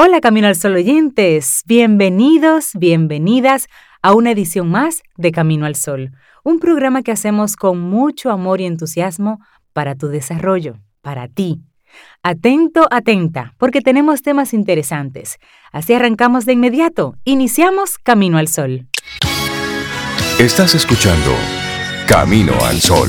Hola Camino al Sol oyentes, bienvenidos, bienvenidas a una edición más de Camino al Sol, un programa que hacemos con mucho amor y entusiasmo para tu desarrollo, para ti. Atento, atenta, porque tenemos temas interesantes. Así arrancamos de inmediato, iniciamos Camino al Sol. Estás escuchando Camino al Sol.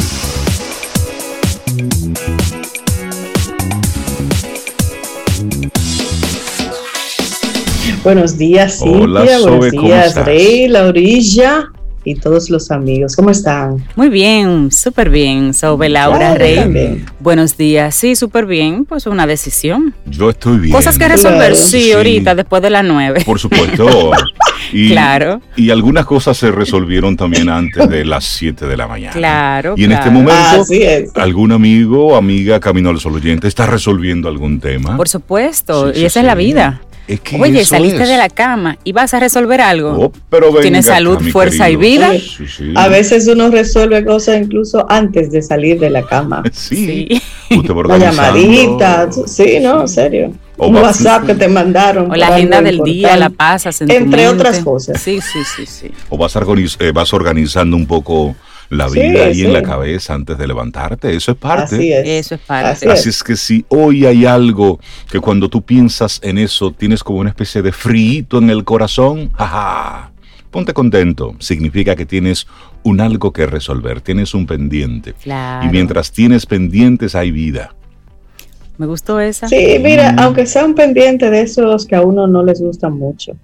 Buenos días, Cintia. Hola, Sobe, buenos días, Rey, Laurilla y todos los amigos. ¿Cómo están? Muy bien, súper bien, Sobe, Laura, Rey. También. Buenos días, sí, súper bien, pues una decisión. Yo estoy bien. Cosas que resolver, sí, ahorita, después de las 9. Por supuesto. Y, claro. Y algunas cosas se resolvieron también antes de las 7 de la mañana. Claro. Y en este momento, algún amigo o amiga Camino al Sol oyente está resolviendo algún tema. Por supuesto, y esa es la vida. Es que oye, saliste de la cama y vas a resolver algo. Oh, pero venga, tienes salud, fuerza querido. y vida. Sí. A veces uno resuelve cosas incluso antes de salir de la cama. Sí. Usted una llamadita. Sí, no, en serio. Un WhatsApp que te mandaron. O la agenda del día la pasas en entre tu otras cosas. Sí. O vas organizando un poco la vida ahí en la cabeza antes de levantarte. Eso es parte. Así es. Eso es parte. Así es que si hoy hay algo que cuando tú piensas en eso tienes como una especie de frío en el corazón, ¡jaja! Ponte contento. Significa que tienes un algo que resolver, tienes un pendiente. Claro. Y mientras tienes pendientes hay vida. Me gustó esa. Sí, mira, aunque sea un pendiente de esos que a uno no les gustan mucho.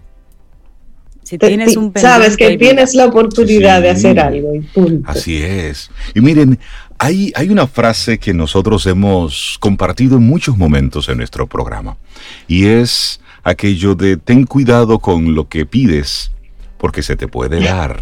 Si tienes un pendiente, sabes que tienes la oportunidad de hacer algo y punto. Así es. Y miren, hay una frase que nosotros hemos compartido en muchos momentos en nuestro programa. Y es aquello de ten cuidado con lo que pides porque se te puede dar.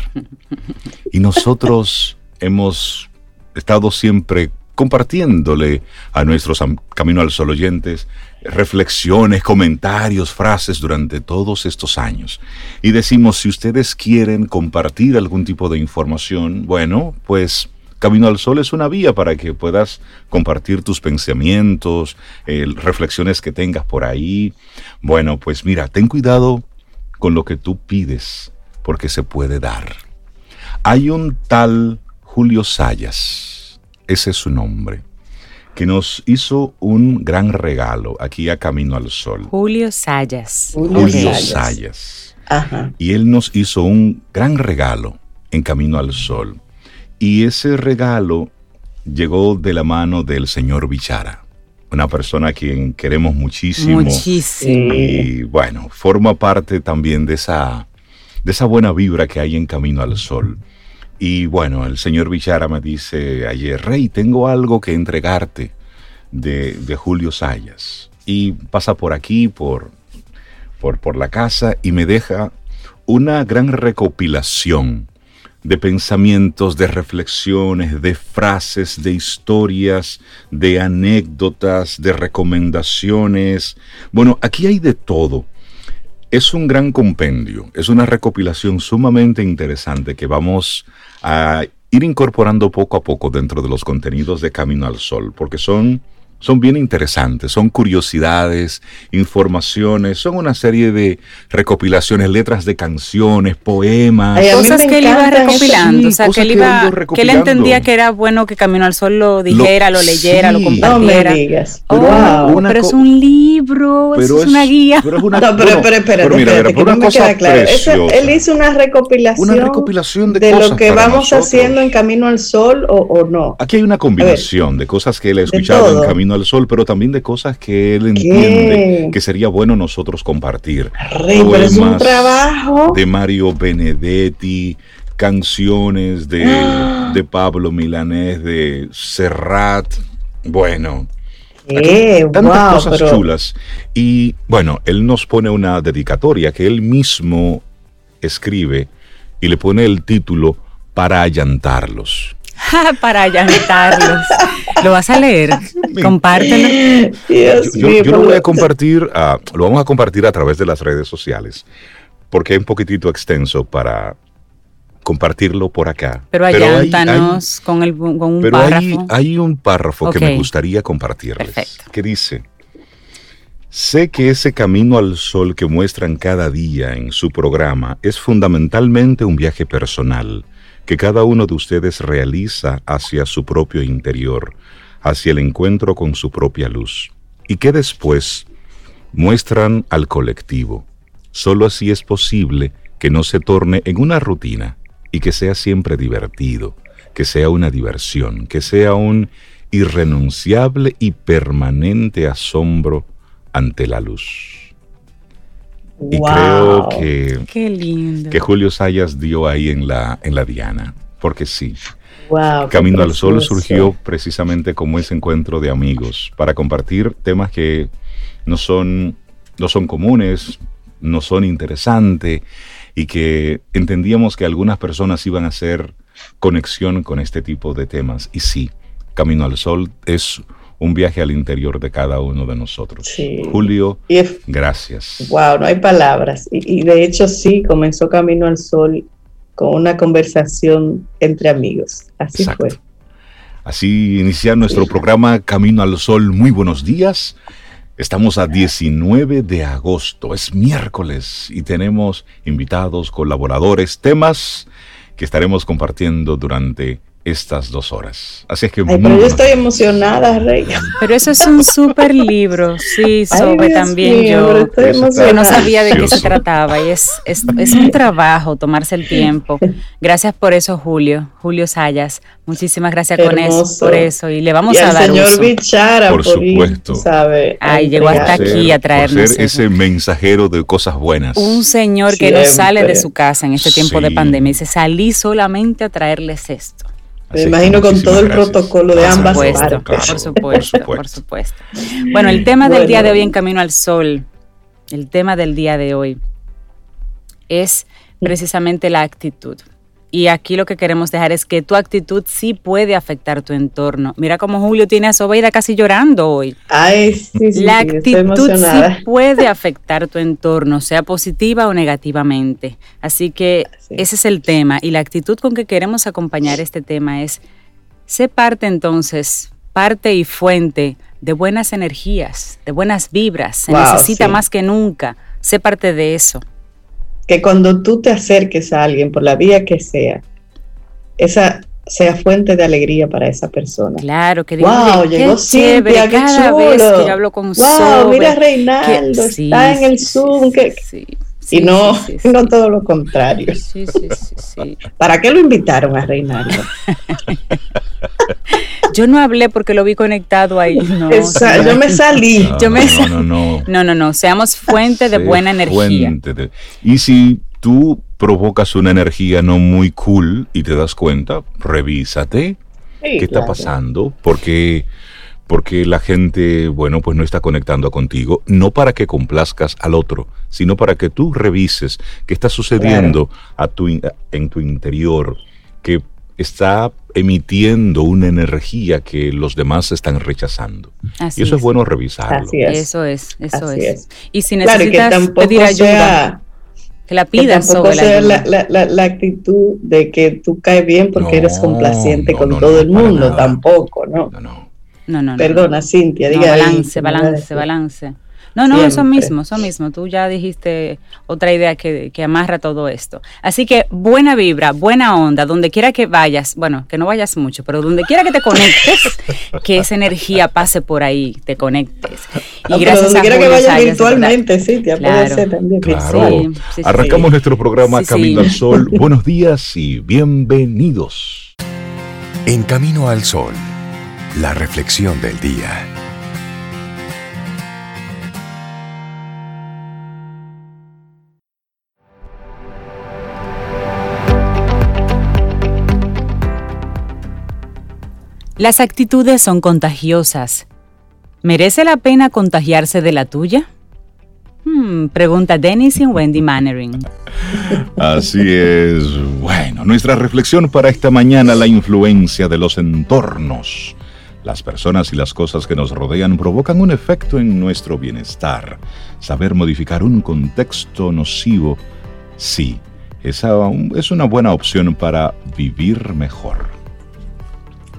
Y nosotros hemos estado siempre compartiéndole a nuestros Camino al Sol oyentes reflexiones, comentarios, frases durante todos estos años. Y decimos, si ustedes quieren compartir algún tipo de información, bueno, pues Camino al Sol es una vía para que puedas compartir tus pensamientos, reflexiones que tengas por ahí. Bueno, pues mira, ten cuidado con lo que tú pides, porque se puede dar. Hay un tal Julio Zayas, ese es su nombre, que nos hizo un gran regalo aquí a Camino al Sol. Julio Zayas. Julio Zayas. Ajá. Y él nos hizo un gran regalo en Camino al Sol. Y ese regalo llegó de la mano del señor Bichara, una persona a quien queremos muchísimo. Muchísimo. Y bueno, forma parte también de esa buena vibra que hay en Camino al Sol. Y bueno, el señor Bichara me dice ayer, Rey, tengo algo que entregarte de Julio Zayas. Y pasa por aquí, por la casa, y me deja una gran recopilación de pensamientos, de reflexiones, de frases, de historias, de anécdotas, de recomendaciones. Bueno, aquí hay de todo. Es un gran compendio, es una recopilación sumamente interesante que vamos a ir incorporando poco a poco dentro de los contenidos de Camino al Sol, porque son bien interesantes, son curiosidades, informaciones, son una serie de recopilaciones, letras de canciones, poemas. Cosas que él iba recopilando, sí, o sea, que él entendía que era bueno que Camino al Sol lo dijera, lo leyera, lo compartiera. No me digas. Pero es un libro, eso es una guía. Pero espérate, que no me queda claro. Él hizo una recopilación de cosas lo que vamos nosotros haciendo en Camino al Sol o no. Aquí hay una combinación de cosas que él ha escuchado en Camino al Sol, pero también de cosas que él entiende que sería bueno nosotros compartir. Pero es un trabajo de Mario Benedetti, canciones de Pablo Milanés, de Serrat, bueno, tantas cosas chulas. Y bueno, él nos pone una dedicatoria que él mismo escribe y le pone el título Para allantarlos. Para allantarlos. ¿Lo vas a leer? Compártelo. Yo lo voy a compartir, lo vamos a compartir a través de las redes sociales, porque es un poquitito extenso para compartirlo por acá. Pero allántanos con un párrafo. Hay un párrafo que me gustaría compartirles. Perfecto. Que dice: Sé que ese camino al sol que muestran cada día en su programa es fundamentalmente un viaje personal que cada uno de ustedes realiza hacia su propio interior, hacia el encuentro con su propia luz, y que después muestran al colectivo. Solo así es posible que no se torne en una rutina y que sea siempre divertido, que sea una diversión, que sea un irrenunciable y permanente asombro ante la luz. Y creo que Julio Zayas dio ahí en la diana, porque sí. Camino al Sol surgió precisamente como ese encuentro de amigos para compartir temas que no son comunes, no son interesantes, y que entendíamos que algunas personas iban a hacer conexión con este tipo de temas. Y sí, Camino al Sol es un viaje al interior de cada uno de nosotros. Sí. Julio, gracias. Wow, no hay palabras. Y de hecho sí, comenzó Camino al Sol con una conversación entre amigos. Así Exacto. fue. Así inicia nuestro programa Camino al Sol. Muy buenos días. Estamos a 19 de agosto, es miércoles, y tenemos invitados, colaboradores, temas que estaremos compartiendo durante estas 2 horas. Así es que pero yo estoy emocionada, Rey. Pero eso es un súper libro, sí, Sobe, también mío, yo no sabía de qué se trataba, y es un trabajo tomarse el tiempo. Gracias por eso, Julio Zayas. Muchísimas gracias por eso, y le vamos a dar señor Bichara, por supuesto. ¿sabe? Ay, llegó hasta aquí a traernos por ser ese mensajero de cosas buenas. Un señor que no sale de su casa en este tiempo de pandemia, y se salí solamente a traerles esto. Me imagino con todo el protocolo de ambas partes. Por supuesto. Bueno, el tema del día de hoy en Camino al Sol, el tema del día de hoy es precisamente la actitud. Y aquí lo que queremos dejar es que tu actitud sí puede afectar tu entorno. Mira cómo Julio tiene a Sobeida casi llorando hoy. Ay, sí, la actitud sí puede afectar tu entorno, sea positiva o negativamente. Así que ese es el tema. Y la actitud con que queremos acompañar este tema es, sé parte entonces, parte y fuente de buenas energías, de buenas vibras. Se necesita más que nunca. Sé parte de eso. Que cuando tú te acerques a alguien, por la vía que sea, esa sea fuente de alegría para esa persona. Claro, que diga, llegó Cintia, cada vez que yo hablo con Sobe, mira Reinaldo, está en el Zoom, y no todo lo contrario. Sí. ¿Para qué lo invitaron a Reinaldo? Yo no hablé porque lo vi conectado ahí. No, yo me salí. No. Seamos fuente de buena energía. Y si tú provocas una energía no muy cool y te das cuenta, revísate. ¿Qué está pasando? Porque la gente, pues no está conectando contigo, no para que complazcas al otro, sino para que tú revises qué está sucediendo en tu interior, que está emitiendo una energía que los demás están rechazando. Así y eso es bueno revisarlo. Eso es. Y si necesitas pedir ayuda, que la pidas. Tampoco sea la actitud de que tú caes bien porque eres complaciente con todo el mundo, tampoco, ¿no? No. Perdona, Cintia, diga. Balance. No, eso mismo. Tú ya dijiste otra idea que amarra todo esto. Así que buena vibra, buena onda, donde quiera que vayas, bueno, que no vayas mucho, pero donde quiera que te conectes, que esa energía pase por ahí, te conectes. Y gracias donde quiera que vayas virtualmente, Cintia, puede ser también. Claro. Sí. Arrancamos nuestro programa Camino al Sol. Buenos días y bienvenidos. En Camino al Sol, la reflexión del día. Las actitudes son contagiosas. ¿Merece la pena contagiarse de la tuya? Pregunta Dennis y Wendy Mannering. Así es. Bueno, nuestra reflexión para esta mañana, la influencia de los entornos. Las personas y las cosas que nos rodean provocan un efecto en nuestro bienestar. Saber modificar un contexto nocivo, sí, es una buena opción para vivir mejor.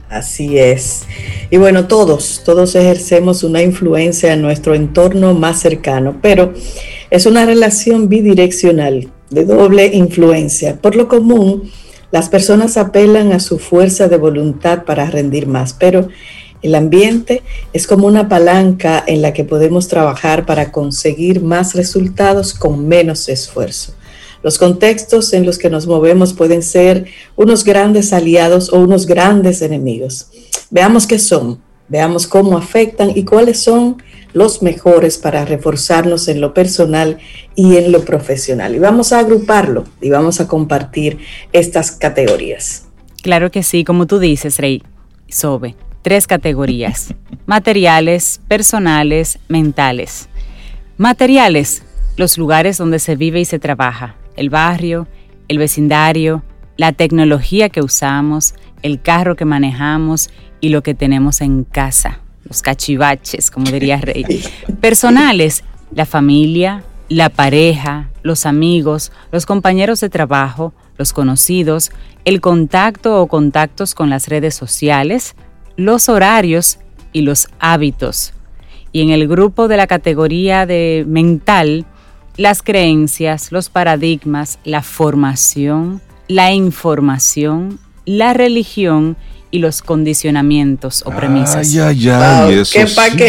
Así es. Y bueno, todos ejercemos una influencia en nuestro entorno más cercano, pero es una relación bidireccional, de doble influencia. Por lo común, las personas apelan a su fuerza de voluntad para rendir más, pero el ambiente es como una palanca en la que podemos trabajar para conseguir más resultados con menos esfuerzo. Los contextos en los que nos movemos pueden ser unos grandes aliados o unos grandes enemigos. Veamos qué son, veamos cómo afectan y cuáles son los mejores para reforzarnos en lo personal y en lo profesional. Y vamos a agruparlo y vamos a compartir estas categorías. Claro que sí, como tú dices, Rey Sobe, 3 categorías: materiales, personales, mentales. Materiales, los lugares donde se vive y se trabaja. El barrio, el vecindario, la tecnología que usamos, el carro que manejamos y lo que tenemos en casa, los cachivaches, como diría Rey. Personales, la familia, la pareja, los amigos, los compañeros de trabajo, los conocidos, el contacto o contactos con las redes sociales, los horarios y los hábitos. Y en el grupo de la categoría de mental, las creencias, los paradigmas, la formación, la información, la religión y los condicionamientos o premisas. Wow, qué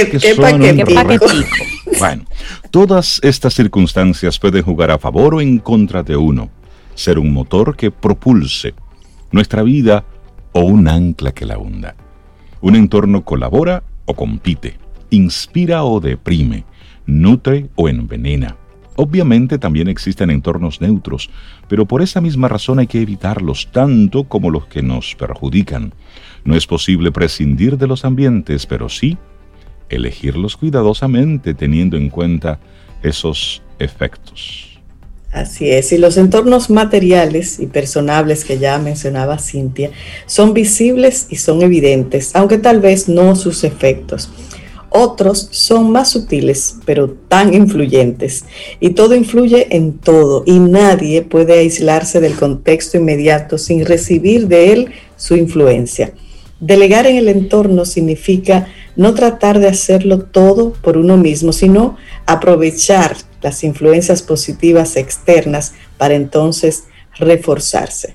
paquetico. Bueno, todas estas circunstancias pueden jugar a favor o en contra de uno, ser un motor que propulse nuestra vida o un ancla que la hunda. Un entorno colabora o compite, inspira o deprime, nutre o envenena. Obviamente también existen entornos neutros, pero por esa misma razón hay que evitarlos tanto como los que nos perjudican. No es posible prescindir de los ambientes, pero sí elegirlos cuidadosamente teniendo en cuenta esos efectos. Así es, y los entornos materiales y personables que ya mencionaba Cintia son visibles y son evidentes, aunque tal vez no sus efectos. Otros son más sutiles, pero tan influyentes. Y todo influye en todo, y nadie puede aislarse del contexto inmediato sin recibir de él su influencia. Delegar en el entorno significa no tratar de hacerlo todo por uno mismo, sino aprovechar las influencias positivas externas para entonces reforzarse.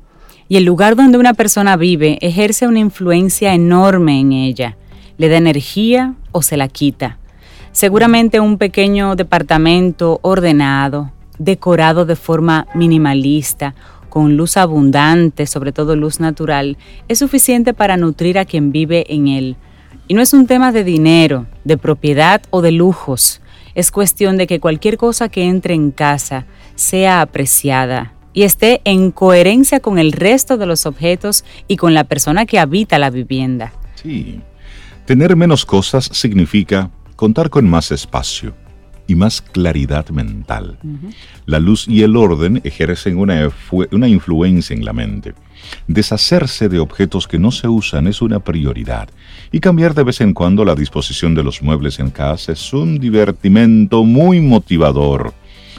Y el lugar donde una persona vive ejerce una influencia enorme en ella. Le da energía o se la quita. Seguramente un pequeño departamento ordenado, decorado de forma minimalista, con luz abundante, sobre todo luz natural, es suficiente para nutrir a quien vive en él. Y no es un tema de dinero, de propiedad o de lujos. Es cuestión de que cualquier cosa que entre en casa sea apreciada y esté en coherencia con el resto de los objetos y con la persona que habita la vivienda. Sí. Tener menos cosas significa contar con más espacio y más claridad mental. La luz y el orden ejercen una influencia en la mente. Deshacerse de objetos que no se usan es una prioridad y cambiar de vez en cuando la disposición de los muebles en casa es un divertimento muy motivador.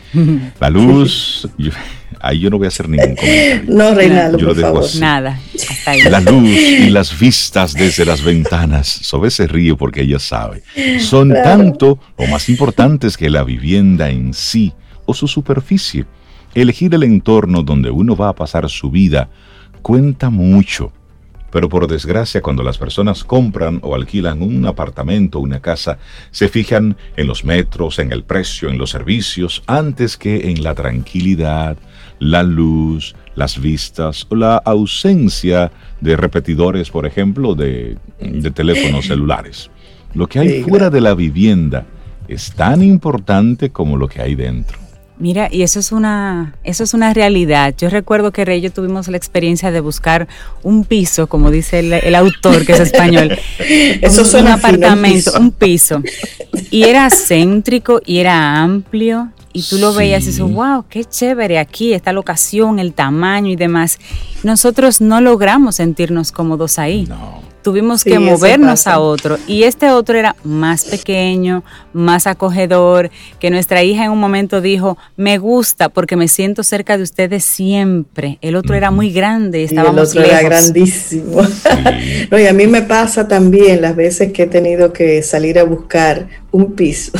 La luz... Ahí yo no voy a hacer ningún comentario. No, Reinaldo, por favor. Así. Nada, hasta ahí. La luz y las vistas desde las ventanas, Sobe se ríe porque ella sabe, son tanto o más importantes que la vivienda en sí o su superficie. Elegir el entorno donde uno va a pasar su vida cuenta mucho. Pero por desgracia, cuando las personas compran o alquilan un apartamento o una casa, se fijan en los metros, en el precio, en los servicios, antes que en la tranquilidad, la luz, las vistas o la ausencia de repetidores, por ejemplo, de teléfonos celulares. Lo que hay fuera de la vivienda es tan importante como lo que hay dentro. Mira, y eso es una realidad. Yo recuerdo que Rey y yo tuvimos la experiencia de buscar un piso, como dice el autor, que es español. Eso suena un apartamento, un piso. Y era céntrico y era amplio. Y tú lo veías y dices, wow, qué chévere aquí, esta locación, el tamaño y demás. Nosotros no logramos sentirnos cómodos ahí. No. tuvimos que movernos a otro, y este otro era más pequeño, más acogedor, que nuestra hija en un momento dijo, me gusta porque me siento cerca de ustedes siempre. El otro era muy grande, estábamos lejos. El otro era grandísimo. No, y a mí me pasa también las veces que he tenido que salir a buscar un piso,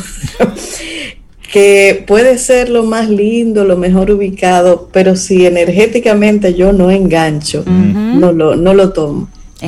que puede ser lo más lindo, lo mejor ubicado, pero si energéticamente yo no engancho, no lo tomo.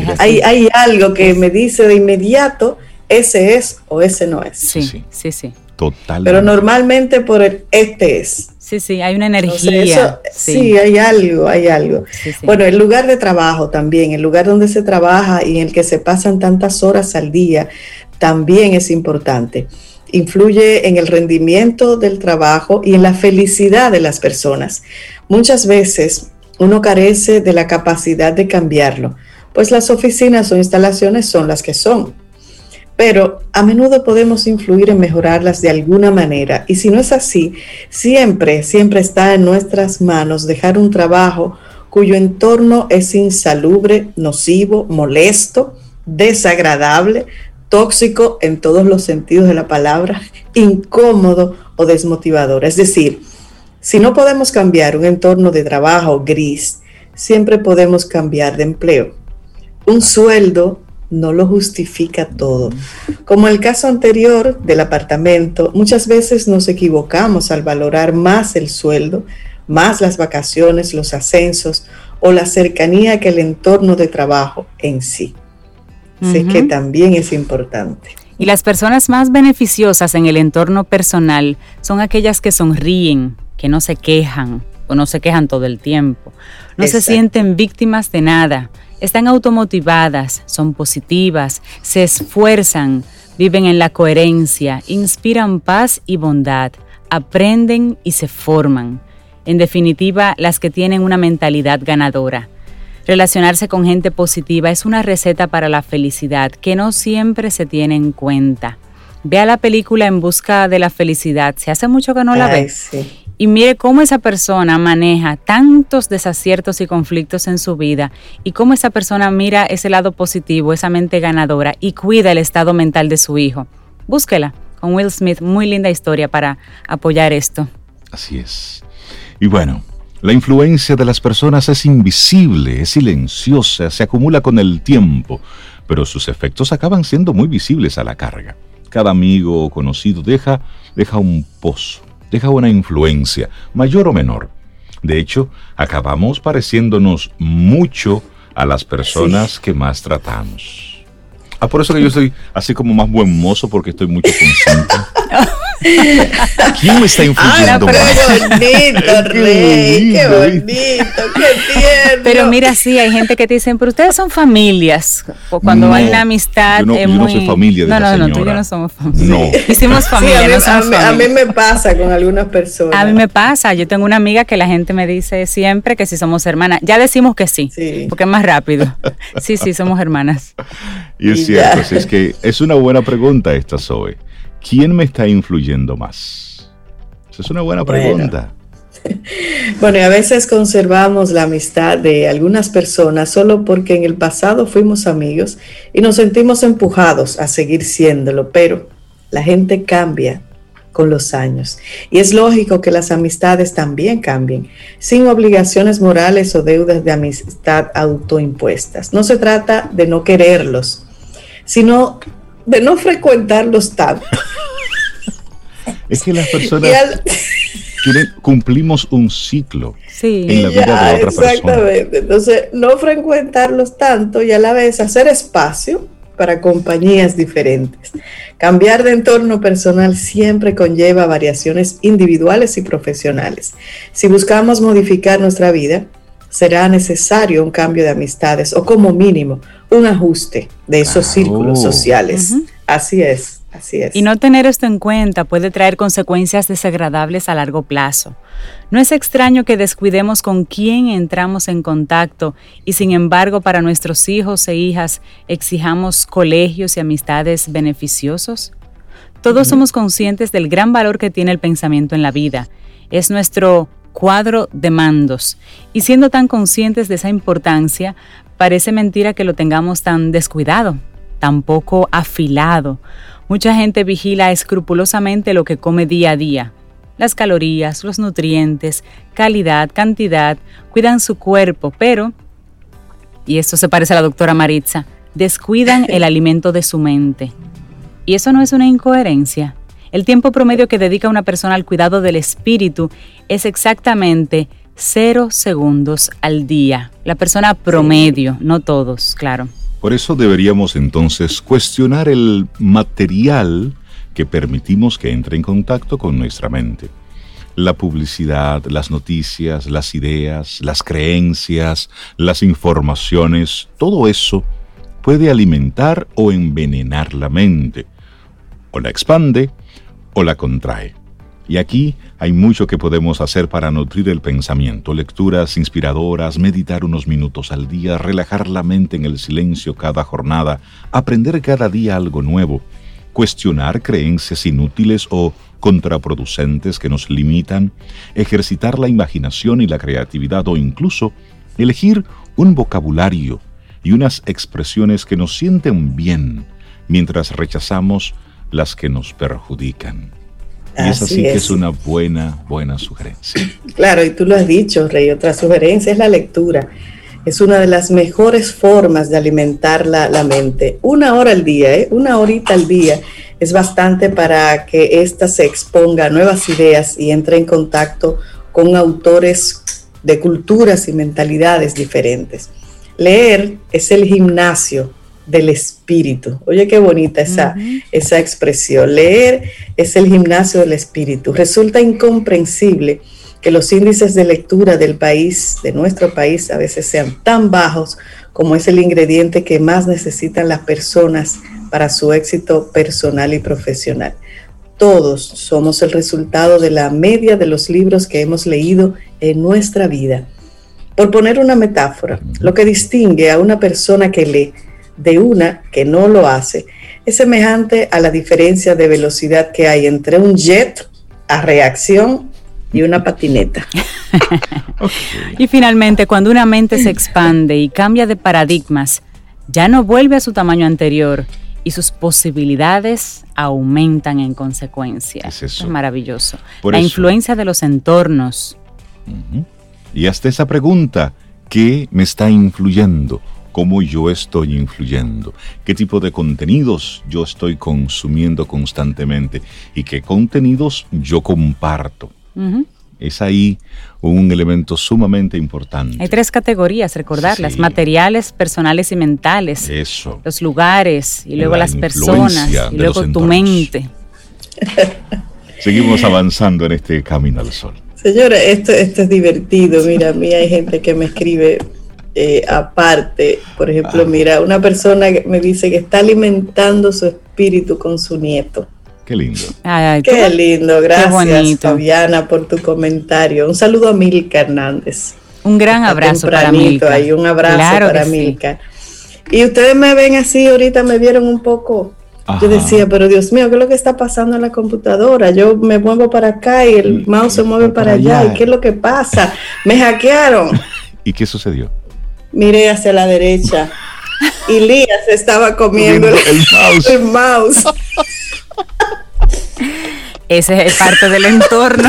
Hay algo que me dice de inmediato, ese es o ese no es. Sí. Totalmente. Pero normalmente por este es. Sí, hay una energía. Entonces eso, sí, hay algo. Sí. Bueno, el lugar de trabajo también, el lugar donde se trabaja y en el que se pasan tantas horas al día, también es importante. Influye en el rendimiento del trabajo y en la felicidad de las personas. Muchas veces uno carece de la capacidad de cambiarlo, pues las oficinas o instalaciones son las que son. Pero a menudo podemos influir en mejorarlas de alguna manera, y si no es así, siempre está en nuestras manos dejar un trabajo cuyo entorno es insalubre, nocivo, molesto, desagradable, tóxico en todos los sentidos de la palabra, incómodo o desmotivador. Es decir, si no podemos cambiar un entorno de trabajo gris, siempre podemos cambiar de empleo. Un sueldo no lo justifica todo. Como el caso anterior del apartamento, muchas veces nos equivocamos al valorar más el sueldo, más las vacaciones, los ascensos o la cercanía que el entorno de trabajo en sí. Así que también es importante. Y las personas más beneficiosas en el entorno personal son aquellas que sonríen, que no se quejan o no se quejan todo el tiempo. No se sienten víctimas de nada. Están automotivadas, son positivas, se esfuerzan, viven en la coherencia, inspiran paz y bondad, aprenden y se forman. En definitiva, las que tienen una mentalidad ganadora. Relacionarse con gente positiva es una receta para la felicidad que no siempre se tiene en cuenta. Vea la película En busca de la felicidad, se hace mucho que no la ve. Sí. Y mire cómo esa persona maneja tantos desaciertos y conflictos en su vida y cómo esa persona mira ese lado positivo, esa mente ganadora y cuida el estado mental de su hijo. Búsquela con Will Smith, muy linda historia para apoyar esto. Así es. Y bueno, la influencia de las personas es invisible, es silenciosa, se acumula con el tiempo, pero sus efectos acaban siendo muy visibles a la carga. Cada amigo o conocido deja un pozo. Deja una influencia, mayor o menor. De hecho, acabamos pareciéndonos mucho a las personas que más tratamos. Por eso que yo soy así como más buen mozo, porque estoy mucho consciente. ¿Quién me está influyendo más? Qué bonito, Rey, qué bonito, qué tierno. Pero mira, sí, hay gente que te dicen, pero ustedes son familias. O cuando hay una amistad yo no soy familia de la señora. No, tú y yo no somos familia. No. Hicimos familia, a mí me pasa con algunas personas. A mí me pasa, yo tengo una amiga que la gente me dice siempre que si somos hermanas. Ya decimos que sí, porque es más rápido. Sí, somos hermanas. Y es cierto, es que es una buena pregunta esta, Zoe. ¿Quién me está influyendo más? Esa es una buena pregunta. Bueno, y a veces conservamos la amistad de algunas personas solo porque en el pasado fuimos amigos y nos sentimos empujados a seguir siéndolo, pero la gente cambia con los años y es lógico que las amistades también cambien, sin obligaciones morales o deudas de amistad autoimpuestas. No se trata de no quererlos, sino de no frecuentarlos tanto. Es que las personas cumplimos un ciclo en la vida de otra persona. Exactamente. Entonces, no frecuentarlos tanto y a la vez hacer espacio para compañías diferentes. Cambiar de entorno personal siempre conlleva variaciones individuales y profesionales. Si buscamos modificar nuestra vida, será necesario un cambio de amistades o como mínimo un ajuste de esos círculos sociales. Así es. Y no tener esto en cuenta puede traer consecuencias desagradables a largo plazo. No es extraño que descuidemos con quién entramos en contacto y sin embargo para nuestros hijos e hijas exijamos colegios y amistades beneficiosos. Todos somos conscientes del gran valor que tiene el pensamiento en la vida. Es nuestro cuadro de mandos y siendo tan conscientes de esa importancia, Parece mentira que lo tengamos tan descuidado, tan poco afilado. Mucha gente vigila escrupulosamente lo que come día a día. Las calorías, los nutrientes, calidad, cantidad, cuidan su cuerpo, pero, y esto se parece a la doctora Maritza, descuidan el alimento de su mente. Y eso no es una incoherencia. El tiempo promedio que dedica una persona al cuidado del espíritu es exactamente 0 segundos al día. La persona promedio, no todos, claro. Por eso deberíamos entonces cuestionar el material que permitimos que entre en contacto con nuestra mente. La publicidad, las noticias, las ideas, las creencias, las informaciones, todo eso puede alimentar o envenenar la mente. O la expande o la contrae. Y aquí hay mucho que podemos hacer para nutrir el pensamiento, lecturas inspiradoras, meditar unos minutos al día, relajar la mente en el silencio cada jornada, aprender cada día algo nuevo, cuestionar creencias inútiles o contraproducentes que nos limitan, ejercitar la imaginación y la creatividad o incluso elegir un vocabulario y unas expresiones que nos sienten bien mientras rechazamos las que nos perjudican. Y esa sí que es una buena sugerencia. Claro, y tú lo has dicho, Rey, otra sugerencia es la lectura. Es una de las mejores formas de alimentar la mente. 1 hora al día, una horita al día es bastante para que ésta se exponga a nuevas ideas y entre en contacto con autores de culturas y mentalidades diferentes. Leer es el gimnasio del espíritu. Oye, qué bonita esa expresión. Leer es el gimnasio del espíritu. Resulta incomprensible que los índices de lectura del país, de nuestro país, a veces sean tan bajos como es el ingrediente que más necesitan las personas para su éxito personal y profesional. Todos somos el resultado de la media de los libros que hemos leído en nuestra vida. Por poner una metáfora, lo que distingue a una persona que lee de una que no lo hace es semejante a la diferencia de velocidad que hay entre un jet a reacción y una patineta. Y finalmente, cuando una mente se expande y cambia de paradigmas, ya no vuelve a su tamaño anterior y sus posibilidades aumentan en consecuencia. Es maravilloso. La influencia de los entornos. Y hasta esa pregunta, ¿qué me está influyendo? ¿Cómo yo estoy influyendo? ¿Qué tipo de contenidos yo estoy consumiendo constantemente? ¿Y qué contenidos yo comparto? Es ahí un elemento sumamente importante. Hay 3 categorías, recordarlas: materiales, personales y mentales. Eso. Los lugares, y luego las personas, y luego tu mente. Seguimos avanzando en este camino al sol. Señora, esto es divertido. Mira, a mí hay gente que me escribe aparte. Por ejemplo, mira, una persona me dice que está alimentando su espíritu con su nieto. Qué lindo. Qué lindo. Gracias, Fabiana, por tu comentario. Un saludo a Milka Hernández. Un gran abrazo para Milka. Ahí, un abrazo para Milka. Sí. Y ustedes me ven así, ahorita me vieron un poco. Yo decía, pero Dios mío, ¿qué es lo que está pasando en la computadora? Yo me muevo para acá y el mouse se mueve para allá. ¿Y qué es lo que pasa? Me hackearon. ¿Y qué sucedió? Miré hacia la derecha y Lía se estaba comiendo el mouse. Ese es parte del entorno.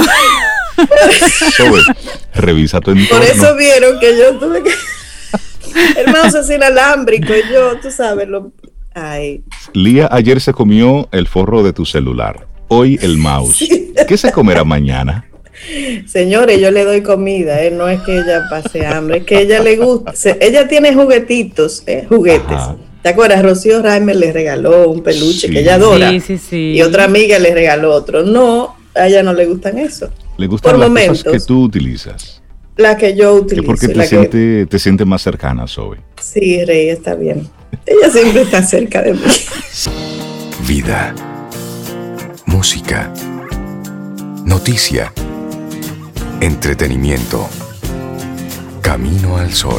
Revisa tu entorno. Por eso vieron que yo tuve que... El mouse es inalámbrico y yo, tú sabes, Lía ayer se comió el forro de tu celular, hoy el mouse. Sí. ¿Qué se comerá mañana? Señores, yo le doy comida, no es que ella pase hambre, es que ella le gusta, ella tiene juguetes. Ajá. ¿Te acuerdas? Rocío Reimer le regaló un peluche que ella adora, y otra amiga le regaló otro. No, a ella no le gustan eso. Le gustan las cosas que tú utilizas. La que yo utilizo. Porque te siente más cercana, Zoe. Sí, Rey, está bien. Ella siempre está cerca de mí. Vida, música, noticia, entretenimiento. Camino al sol.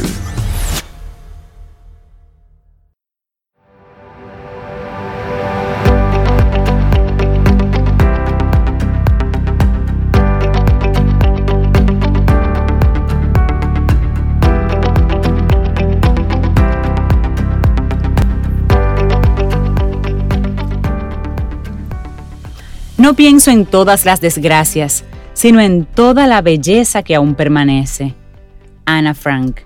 No pienso en todas las desgracias, sino en toda la belleza que aún permanece. Ana Frank.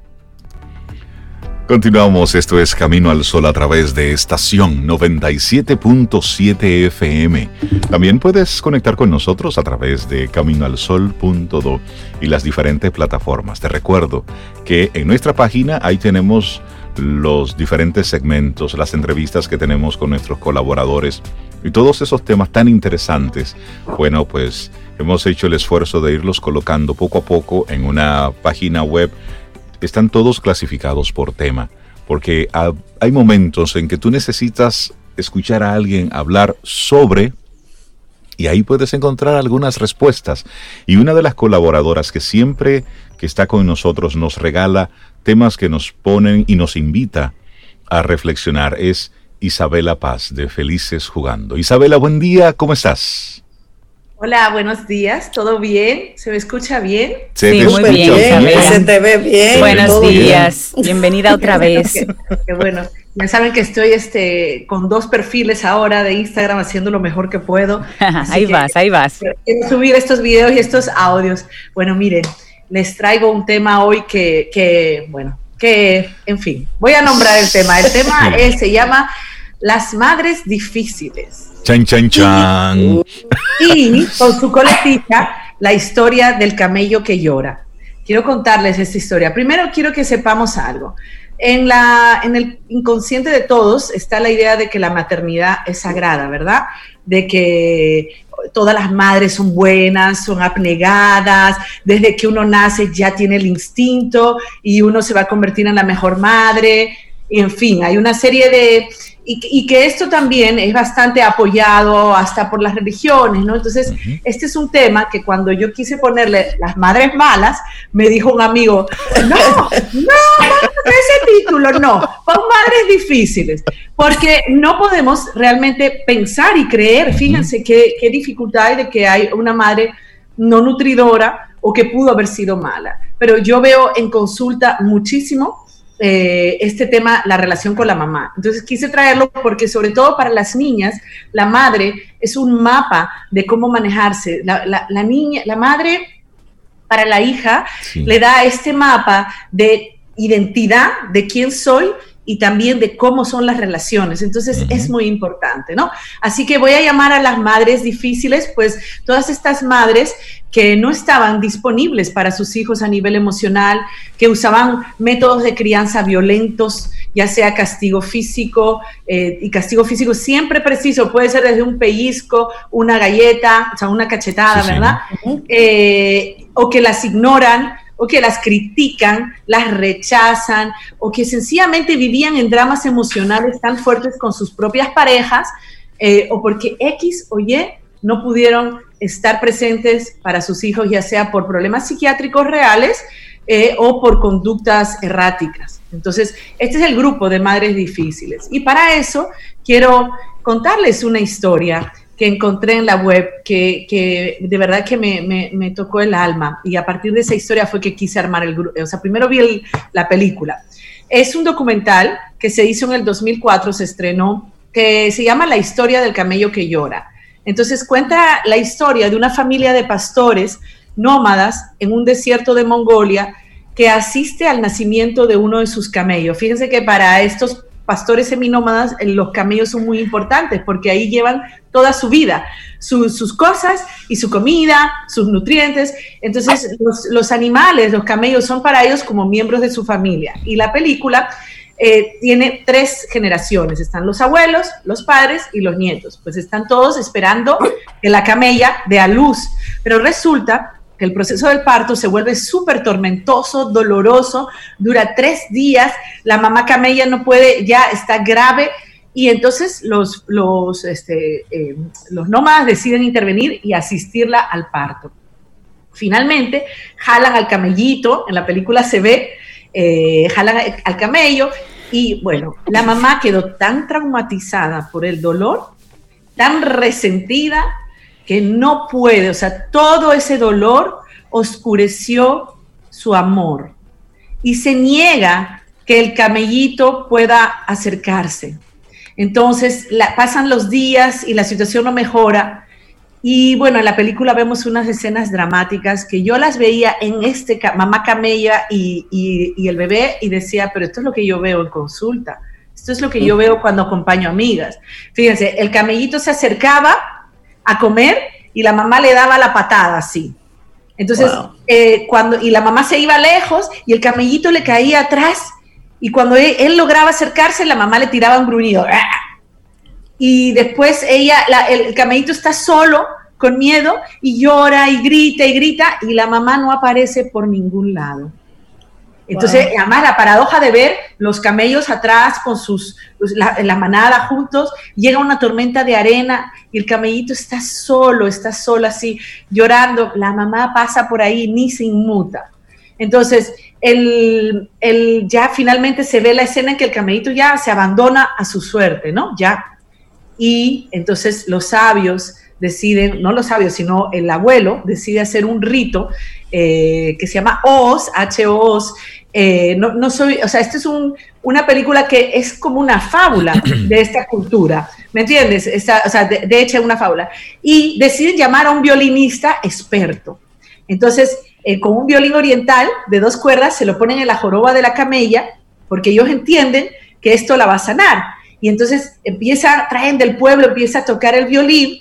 Continuamos, esto es Camino al Sol a través de estación 97.7 FM. También puedes conectar con nosotros a través de caminoalsol.do y las diferentes plataformas. Te recuerdo que en nuestra página ahí tenemos los diferentes segmentos, las entrevistas que tenemos con nuestros colaboradores y todos esos temas tan interesantes. Bueno, pues hemos hecho el esfuerzo de irlos colocando poco a poco en una página web. Están todos clasificados por tema, porque hay momentos en que tú necesitas escuchar a alguien hablar sobre, y ahí puedes encontrar algunas respuestas. Y una de las colaboradoras que siempre que está con nosotros nos regala temas que nos ponen y nos invita a reflexionar es Isabela Paz, de Felices Jugando. Isabela, buen día, ¿cómo estás? Hola, buenos días, ¿todo bien? ¿Se me escucha bien? Sí, muy bien, Isabela. Se te ve bien. Buenos días, bienvenida otra vez. Qué bueno, ya saben que estoy con 2 perfiles ahora de Instagram haciendo lo mejor que pudo. Ahí vas. Quiero subir estos videos y estos audios. Bueno, miren, les traigo un tema hoy en fin, voy a nombrar el tema. El tema se llama Las Madres Difíciles. Chan, chan, chan. Y con su coletita, la historia del camello que llora. Quiero contarles esta historia. Primero quiero que sepamos algo. En el inconsciente de todos está la idea de que la maternidad es sagrada, ¿verdad? De que todas las madres son buenas, son abnegadas, desde que uno nace ya tiene el instinto y uno se va a convertir en la mejor madre. Y en fin, hay una serie de... Y que esto también es bastante apoyado hasta por las religiones, ¿no? Entonces, este es un tema que cuando yo quise ponerle las madres malas, me dijo un amigo, no, ese título no, pon madres difíciles, porque no podemos realmente pensar y creer, fíjense qué dificultad hay de que hay una madre no nutridora o que pudo haber sido mala. Pero yo veo en consulta muchísimo este tema, la relación con la mamá. Entonces quise traerlo porque sobre todo para las niñas, la madre es un mapa de cómo manejarse. La madre para la hija le da este mapa de identidad de quién soy y también de cómo son las relaciones. Entonces es muy importante, ¿no? Así que voy a llamar a las madres difíciles, pues todas estas madres que no estaban disponibles para sus hijos a nivel emocional, que usaban métodos de crianza violentos, ya sea castigo físico, y castigo físico siempre preciso, puede ser desde un pellizco, una galleta, o sea, una cachetada, ¿verdad? O que las ignoran, o que las critican, las rechazan, o que sencillamente vivían en dramas emocionales tan fuertes con sus propias parejas, o porque X o Y no pudieron estar presentes para sus hijos, ya sea por problemas psiquiátricos reales o por conductas erráticas. Entonces, este es el grupo de madres difíciles. Y para eso quiero contarles una historia que encontré en la web que de verdad que me tocó el alma, y a partir de esa historia fue que quise armar el grupo. O sea, primero vi la película. Es un documental que se hizo en el 2004, se estrenó, que se llama La historia del camello que llora. Entonces cuenta la historia de una familia de pastores nómadas en un desierto de Mongolia que asiste al nacimiento de uno de sus camellos. Fíjense que para estos pastores seminómadas los camellos son muy importantes porque ahí llevan toda su vida, sus cosas y su comida, sus nutrientes. Entonces los animales, los camellos son para ellos como miembros de su familia. Y la película tiene 3 generaciones, están los abuelos, los padres y los nietos, pues están todos esperando que la camella dé a luz, pero resulta que el proceso del parto se vuelve súper tormentoso, doloroso, dura 3 días, la mamá camella no puede, ya está grave, y entonces los nómadas deciden intervenir y asistirla al parto. Finalmente jalan al camellito, en la película se ve, jalan al camello, y bueno, la mamá quedó tan traumatizada por el dolor, tan resentida, que no puede, o sea, todo ese dolor oscureció su amor y se niega que el camellito pueda acercarse. Entonces pasan los días y la situación no mejora, Y bueno, en la película vemos unas escenas dramáticas que yo las veía en mamá camella y el bebé, y decía, pero esto es lo que yo veo en consulta, esto es lo que yo veo cuando acompaño amigas. Fíjense, el camellito se acercaba a comer y la mamá le daba la patada así. Entonces, y la mamá se iba lejos y el camellito le caía atrás, y cuando él lograba acercarse, la mamá le tiraba un gruñido. Y después el camellito está solo, con miedo, y llora y grita, y la mamá no aparece por ningún lado. Entonces, además, la paradoja de ver los camellos atrás con la manada juntos, llega una tormenta de arena y el camellito está solo así, llorando. La mamá pasa por ahí, ni se inmuta. Entonces, ya finalmente se ve la escena en que el camellito ya se abandona a su suerte, ¿no? Ya. Y entonces los sabios deciden, no los sabios, sino el abuelo decide hacer un rito que se llama Oz, H-O-Oz. Esta es una película que es como una fábula de esta cultura, ¿me entiendes? De hecho es una fábula. Y deciden llamar a un violinista experto. Entonces, con un violín oriental de 2 cuerdas, se lo ponen en la joroba de la camella, porque ellos entienden que esto la va a sanar. Y entonces traen del pueblo, empieza a tocar el violín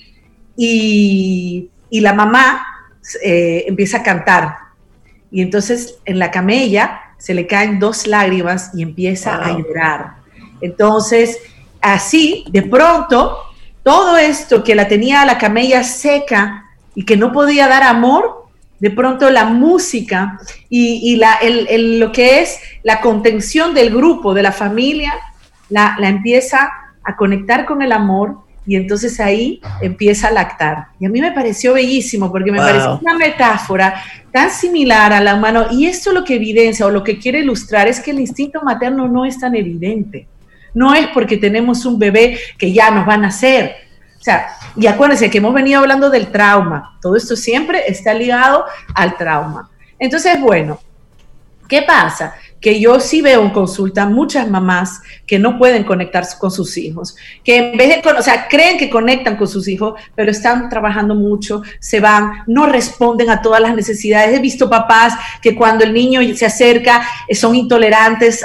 y la mamá empieza a cantar. Y entonces en la camella se le caen 2 lágrimas y empieza a llorar. Entonces, así, de pronto, todo esto que la tenía la camella seca y que no podía dar amor, de pronto la música y lo que es la contención del grupo, de la familia, la empieza a conectar con el amor, y entonces ahí empieza a lactar. Y a mí me pareció bellísimo, porque me pareció una metáfora tan similar a la humana, y esto lo que evidencia o lo que quiere ilustrar es que el instinto materno no es tan evidente. No es porque tenemos un bebé que ya nos va a nacer. O sea, y acuérdense que hemos venido hablando del trauma. Todo esto siempre está ligado al trauma. Entonces, bueno, ¿qué pasa? Que yo sí veo en consulta muchas mamás que no pueden conectar con sus hijos, que en vez de, creen que conectan con sus hijos, pero están trabajando mucho, se van, no responden a todas las necesidades. He visto papás que cuando el niño se acerca son intolerantes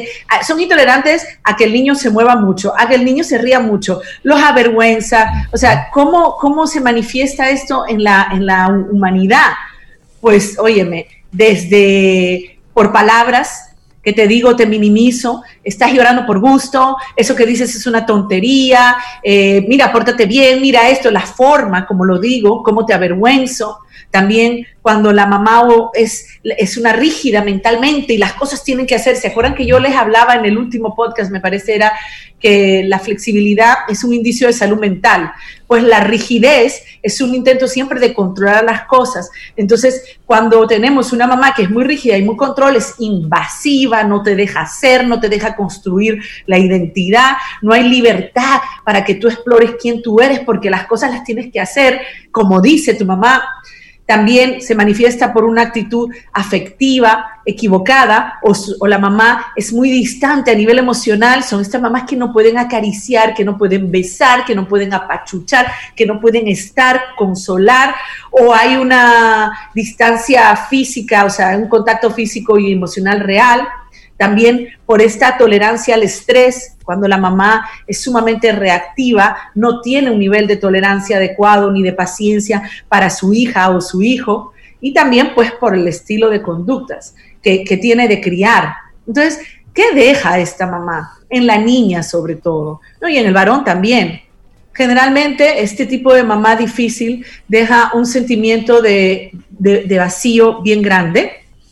a que el niño se mueva mucho, a que el niño se ría mucho, los avergüenza. O sea, ¿cómo se manifiesta esto en la humanidad? Pues, óyeme, desde por palabras que te digo, te minimizo, estás llorando por gusto, eso que dices es una tontería, mira, pórtate bien, mira esto, la forma, como lo digo, cómo te avergüenzo. También cuando la mamá es una rígida mentalmente y las cosas tienen que hacer. ¿Se acuerdan que yo les hablaba en el último podcast, me parece, era que la flexibilidad es un indicio de salud mental? Pues la rigidez es un intento siempre de controlar las cosas. Entonces, cuando tenemos una mamá que es muy rígida y muy control, es invasiva, no te deja hacer, no te deja construir la identidad, no hay libertad para que tú explores quién tú eres, porque las cosas las tienes que hacer como dice tu mamá. También se manifiesta por una actitud afectiva, equivocada, o la mamá es muy distante a nivel emocional. Son estas mamás que no pueden acariciar, que no pueden besar, que no pueden apachuchar, que no pueden estar, consolar, o hay una distancia física, o sea, un contacto físico y emocional real. También por esta tolerancia al estrés, cuando la mamá es sumamente reactiva, no tiene un nivel de tolerancia adecuado ni de paciencia para su hija o su hijo, y también pues por el estilo de conductas que tiene de criar. Entonces, ¿qué deja esta mamá? En la niña sobre todo, ¿no? Y en el varón también. Generalmente este tipo de mamá difícil deja un sentimiento de vacío bien grande.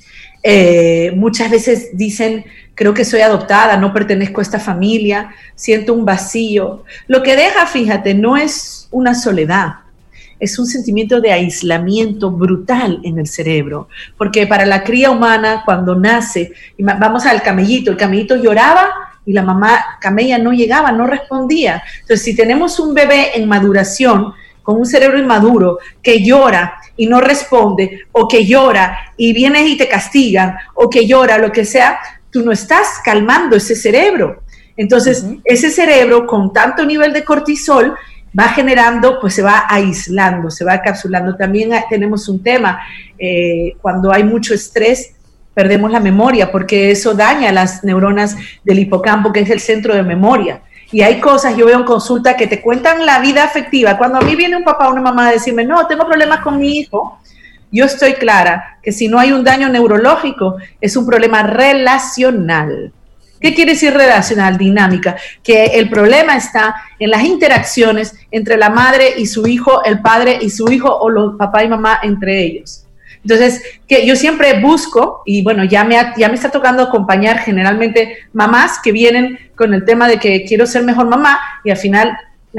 Muchas veces dicen, creo que soy adoptada, no pertenezco a esta familia, siento un vacío. Lo que deja, fíjate, no es una soledad, es un sentimiento de aislamiento brutal en el cerebro, porque para la cría humana, cuando nace, vamos al camellito, el camellito lloraba y la mamá camella no llegaba, no respondía. Entonces, si tenemos un bebé en maduración, con un cerebro inmaduro, que llora y no responde, o que llora y vienes y te castigan, o que llora, lo que sea, tú no estás calmando ese cerebro. Entonces, ese cerebro con tanto nivel de cortisol va generando, pues se va aislando, se va capsulando. También tenemos un tema, cuando hay mucho estrés, perdemos la memoria, porque eso daña las neuronas del hipocampo, que es el centro de memoria. Y hay cosas, yo veo en consulta, que te cuentan la vida afectiva. Cuando a mí viene un papá o una mamá a decirme, no, tengo problemas con mi hijo, yo estoy clara que si no hay un daño neurológico, es un problema relacional. ¿Qué quiere decir relacional? Dinámica. Que el problema está en las interacciones entre la madre y su hijo, el padre y su hijo, o los papá y mamá entre ellos. Entonces, que yo siempre busco, y bueno, ya me está tocando acompañar generalmente mamás que vienen con el tema de que quiero ser mejor mamá, y al final,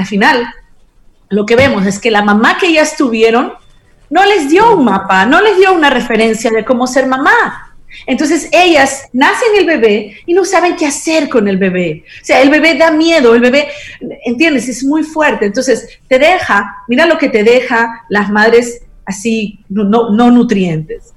lo que vemos es que la mamá que ya estuvieron no les dio un mapa, no les dio una referencia de cómo ser mamá. Entonces ellas nacen el bebé y no saben qué hacer con el bebé. O sea, el bebé da miedo, el bebé, ¿entiendes? Es muy fuerte. Entonces te deja, mira lo que te deja las madres así no nutrientes,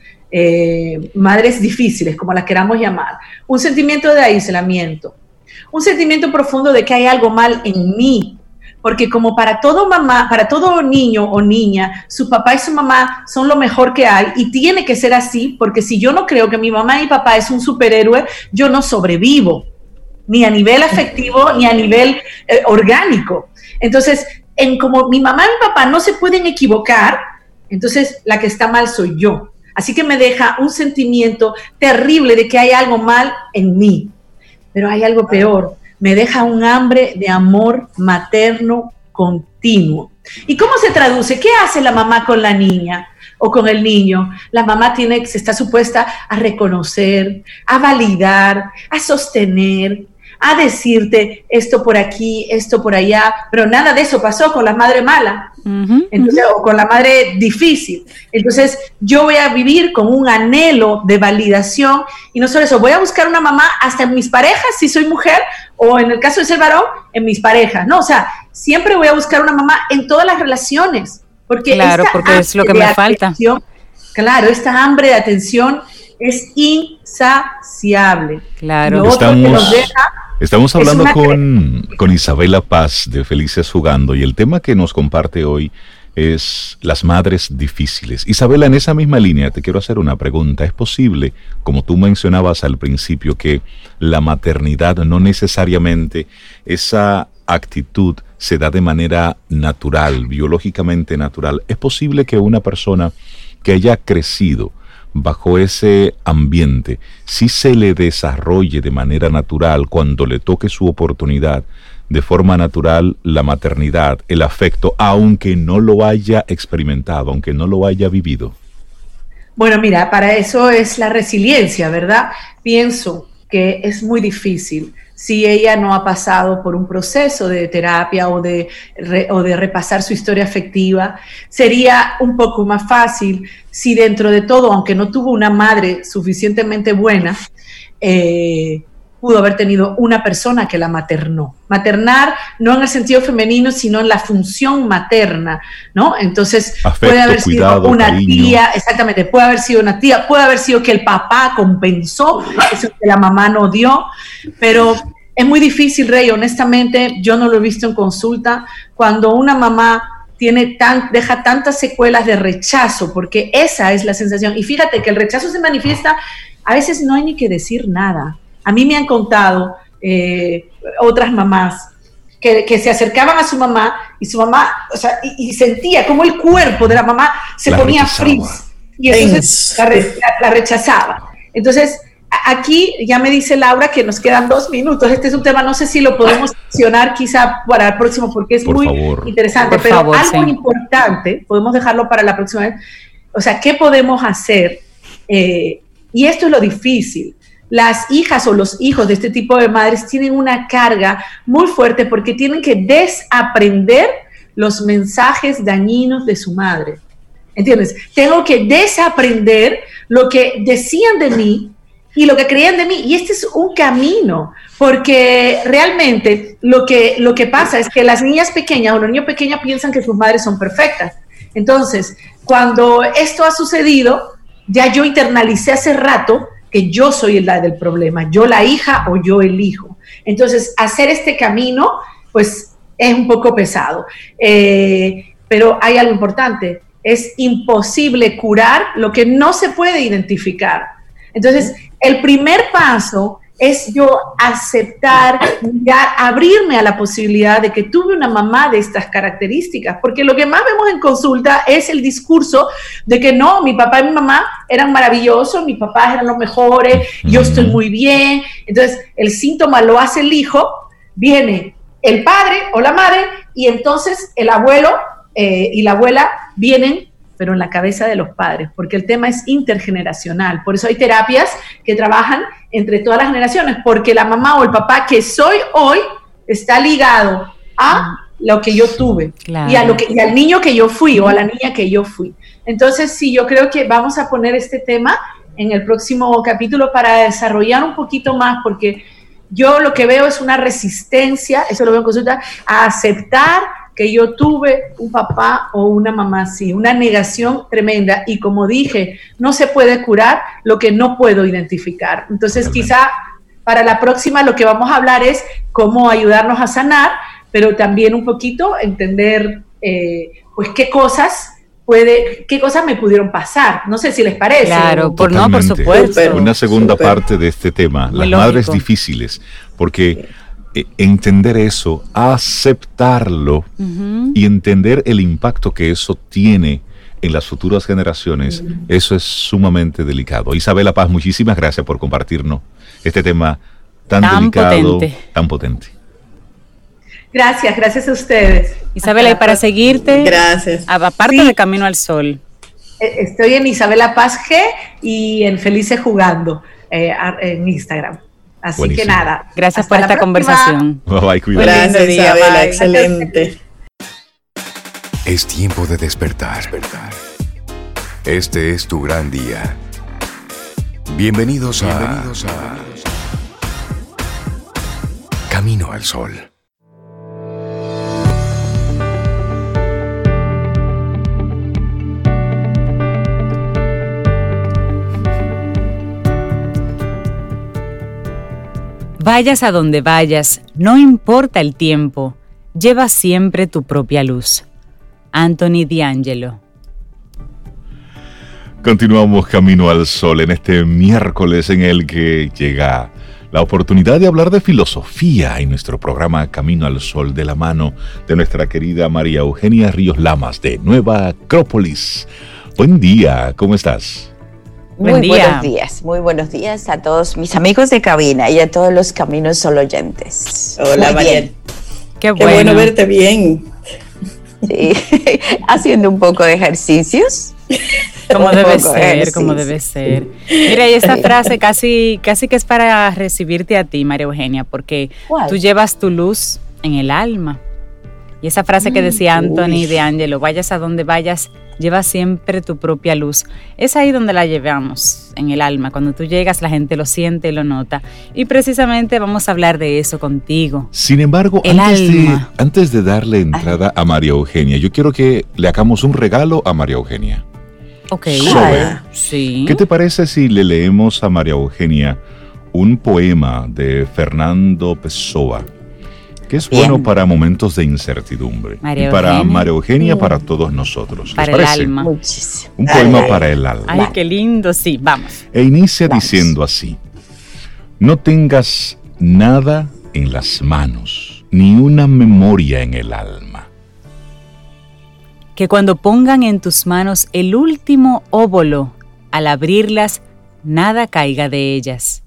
madres difíciles, como las queramos llamar. Un sentimiento de aislamiento, un sentimiento profundo de que hay algo mal en mí. Porque como para todo niño o niña, su papá y su mamá son lo mejor que hay, y tiene que ser así, porque si yo no creo que mi mamá y papá es un superhéroe, yo no sobrevivo, ni a nivel afectivo, ni a nivel orgánico. Entonces, como mi mamá y mi papá no se pueden equivocar, entonces la que está mal soy yo. Así que me deja un sentimiento terrible de que hay algo mal en mí. Pero hay algo peor. Me deja un hambre de amor materno continuo. ¿Y cómo se traduce? ¿Qué hace la mamá con la niña o con el niño? La mamá se está supuesta a reconocer, a validar, a sostener, a decirte esto por aquí, esto por allá, pero nada de eso pasó con la madre mala. Entonces, o con la madre difícil. Entonces yo voy a vivir con un anhelo de validación, y no solo eso, voy a buscar una mamá hasta en mis parejas, si soy mujer, o en el caso de ser varón, en mis parejas, ¿no? O sea, siempre voy a buscar una mamá en todas las relaciones, porque es lo que me falta. Claro, esta hambre de atención es insaciable. Claro. Lo otro que nos deja... Estamos hablando con Isabela Paz de Felices Jugando, y el tema que nos comparte hoy es las madres difíciles. Isabela, en esa misma línea te quiero hacer una pregunta. ¿Es posible, como tú mencionabas al principio, que la maternidad no necesariamente, esa actitud se da de manera natural, biológicamente natural? ¿Es posible que una persona que haya crecido bajo ese ambiente sí se le desarrolle de manera natural, cuando le toque su oportunidad, de forma natural, la maternidad, el afecto, aunque no lo haya experimentado, aunque no lo haya vivido? Bueno, mira, para eso es la resiliencia, ¿verdad? Pienso que es muy difícil si ella no ha pasado por un proceso de terapia o de repasar su historia afectiva. Sería un poco más fácil si dentro de todo, aunque no tuvo una madre suficientemente buena, pudo haber tenido una persona que la maternó. Maternar no en el sentido femenino, sino en la función materna, ¿no? Entonces, afecto, puede haber cuidado, sido una cariño. Tía, exactamente, puede haber sido una tía, puede haber sido que el papá compensó eso que la mamá no dio, pero es muy difícil, Rey, honestamente, yo no lo he visto en consulta, cuando una mamá deja tantas secuelas de rechazo, porque esa es la sensación. Y fíjate que el rechazo se manifiesta, a veces no hay ni que decir nada. A mí me han contado otras mamás que se acercaban a su mamá, y su mamá, o sea, y sentía como el cuerpo de la mamá se ponía freeze, y entonces la rechazaba. Entonces, aquí ya me dice Laura que nos quedan 2 minutos. Este es un tema, no sé si lo podemos mencionar quizá para el próximo, porque es muy interesante, pero algo importante, podemos dejarlo para la próxima vez. O sea, ¿qué podemos hacer? Y esto es lo difícil. Las hijas o los hijos de este tipo de madres tienen una carga muy fuerte, porque tienen que desaprender los mensajes dañinos de su madre. ¿Entiendes? Tengo que desaprender lo que decían de mí y lo que creían de mí. Y este es un camino, porque realmente lo que pasa es que las niñas pequeñas o los niños pequeños piensan que sus madres son perfectas. Entonces, cuando esto ha sucedido, ya yo internalicé hace rato que yo soy la del problema, yo la hija o yo el hijo. Entonces, hacer este camino, pues es un poco pesado. Pero hay algo importante, es imposible curar lo que no se puede identificar. Entonces, el primer paso es yo aceptar, mirar, abrirme a la posibilidad de que tuve una mamá de estas características, porque lo que más vemos en consulta es el discurso de que no, mi papá y mi mamá eran maravillosos, mis papás eran los mejores, yo estoy muy bien. Entonces, el síntoma lo hace el hijo, viene el padre o la madre, y entonces el abuelo y la abuela vienen, pero en la cabeza de los padres, porque el tema es intergeneracional. Por eso hay terapias que trabajan entre todas las generaciones, porque la mamá o el papá que soy hoy está ligado a lo que yo tuve, claro, y al niño que yo fui o a la niña que yo fui. Entonces, sí, yo creo que vamos a poner este tema en el próximo capítulo para desarrollar un poquito más, porque yo lo que veo es una resistencia, eso lo veo en consulta, a aceptar que yo tuve un papá o una mamá así, una negación tremenda, y como dije, no se puede curar lo que no puedo identificar. Entonces, quizá para la próxima lo que vamos a hablar es cómo ayudarnos a sanar, pero también un poquito entender pues qué cosas me pudieron pasar. No sé si les parece. Claro, por supuesto. Una segunda parte de este tema, las madres difíciles, porque entender eso, aceptarlo y entender el impacto que eso tiene en las futuras generaciones, eso es sumamente delicado. Isabela Paz, muchísimas gracias por compartirnos este tema tan delicado, tan potente. Gracias a ustedes. Isabela, y para seguirte, gracias. Aparte de Camino al Sol. Estoy en Isabela Paz G y en Felices Jugando en Instagram. Así buenísimo. Que nada. Gracias por esta conversación. Bye, cuidado. Gracias, Isabela, excelente. Es tiempo de despertar. Este es tu gran día. Bienvenidos a Camino al Sol. Vayas a donde vayas, no importa el tiempo, lleva siempre tu propia luz. Anthony D'Angelo. Continuamos Camino al Sol en este miércoles en el que llega la oportunidad de hablar de filosofía en nuestro programa Camino al Sol, de la mano de nuestra querida María Eugenia Ríos Lamas de Nueva Acrópolis. Buen día, ¿cómo estás? Muy buenos días a todos mis amigos de cabina y a todos los Caminos Sol oyentes. Hola, María. Qué bueno verte bien. Sí, haciendo un poco de ejercicios. Como debe ser. Mira, y esta frase casi que es para recibirte a ti, María Eugenia, porque ¿cuál? Tú llevas tu luz en el alma. Y esa frase que decía Anthony D'Angelo, vayas a donde vayas, lleva siempre tu propia luz. Es ahí donde la llevamos, en el alma. Cuando tú llegas, la gente lo siente y lo nota. Y precisamente vamos a hablar de eso contigo. Sin embargo, antes de darle entrada a María Eugenia, yo quiero que le hagamos un regalo a María Eugenia. Ok. Sí. ¿Qué te parece si le leemos a María Eugenia un poema de Fernando Pessoa, que es bueno para momentos de incertidumbre? Y para María Eugenia, para todos nosotros. Para el alma. Muchísimo. Un poema para el alma. Ay, qué lindo, sí, vamos. E inicia diciendo así: no tengas nada en las manos, ni una memoria en el alma. Que cuando pongan en tus manos el último óvulo, al abrirlas, nada caiga de ellas.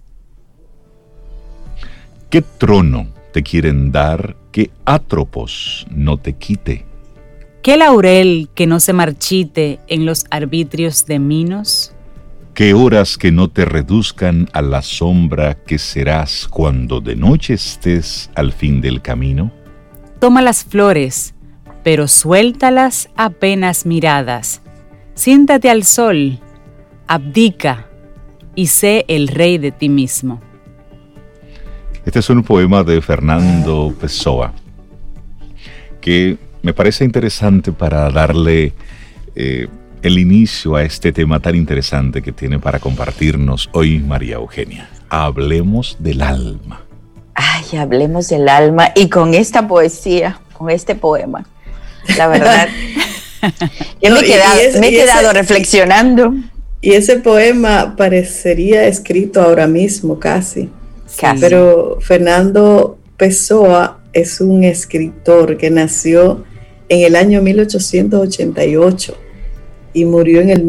¿Qué trono te quieren dar que Atropos no te quite? ¿Qué laurel que no se marchite en los arbitrios de Minos? ¿Qué horas que no te reduzcan a la sombra que serás cuando de noche estés al fin del camino? Toma las flores, pero suéltalas apenas miradas. Siéntate al sol, abdica y sé el rey de ti mismo. Este es un poema de Fernando Pessoa que me parece interesante para darle el inicio a este tema tan interesante que tiene para compartirnos hoy María Eugenia. Hablemos del alma. Ay, hablemos del alma, y con esta poesía, con este poema. La verdad, yo me he quedado reflexionando. Y ese poema parecería escrito ahora mismo casi. Pero Fernando Pessoa es un escritor que nació en el año 1888 y murió en el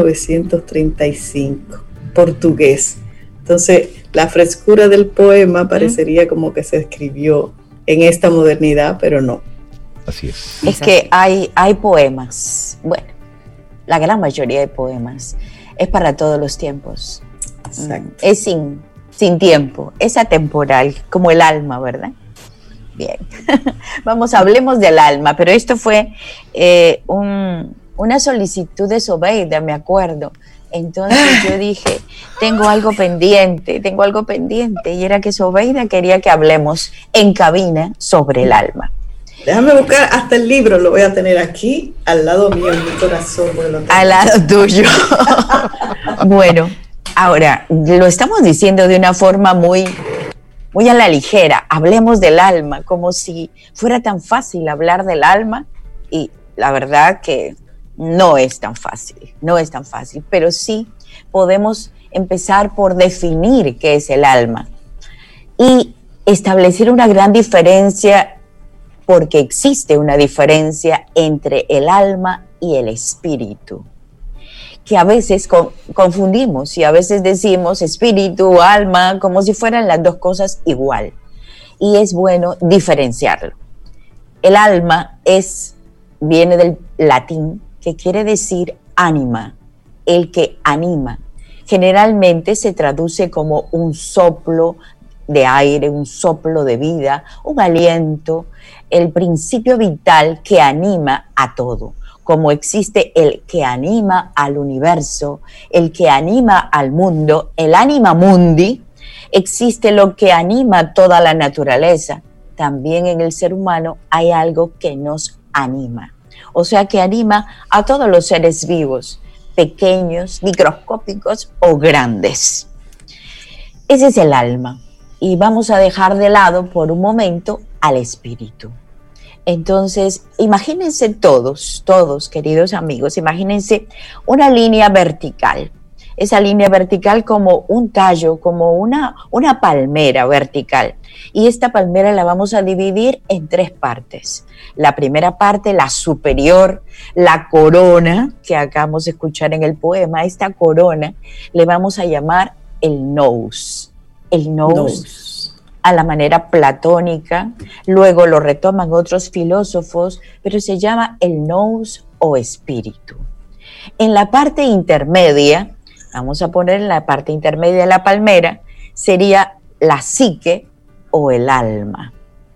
1935, portugués. Entonces, la frescura del poema parecería como que se escribió en esta modernidad, pero no. Así es. Es que hay poemas, bueno, la gran mayoría de poemas es para todos los tiempos. Exacto. Es sin tiempo, es atemporal, como el alma, ¿verdad? Bien. Vamos, hablemos del alma, pero esto fue una solicitud de Sobeida, me acuerdo. Entonces yo dije, tengo algo pendiente, y era que Sobeida quería que hablemos en cabina sobre el alma. Déjame buscar hasta el libro, lo voy a tener aquí, al lado mío, en mi corazón. Al lado tuyo. Bueno, ahora, lo estamos diciendo de una forma muy a la ligera. Hablemos del alma, como si fuera tan fácil hablar del alma, y la verdad que no es tan fácil, pero sí podemos empezar por definir qué es el alma y establecer una gran diferencia, porque existe una diferencia entre el alma y el espíritu, que a veces confundimos y a veces decimos espíritu, alma, como si fueran las dos cosas igual. Y es bueno diferenciarlo. El alma viene del latín, que quiere decir ánima, el que anima. Generalmente se traduce como un soplo de aire, un soplo de vida, un aliento, el principio vital que anima a todo. Como existe el que anima al universo, el que anima al mundo, el anima mundi, existe lo que anima toda la naturaleza. También en el ser humano hay algo que nos anima. O sea, que anima a todos los seres vivos, pequeños, microscópicos o grandes. Ese es el alma. Y vamos a dejar de lado por un momento al espíritu. Entonces, imagínense todos, queridos amigos, imagínense una línea vertical. Esa línea vertical como un tallo, como una palmera vertical. Y esta palmera la vamos a dividir en 3 partes. La primera parte, la superior, la corona, que acabamos de escuchar en el poema, esta corona le vamos a llamar el nous. El nous, a la manera platónica, luego lo retoman otros filósofos, pero se llama el nous o espíritu. En la parte intermedia, vamos a poner en la parte intermedia de la palmera, sería la psique o el alma.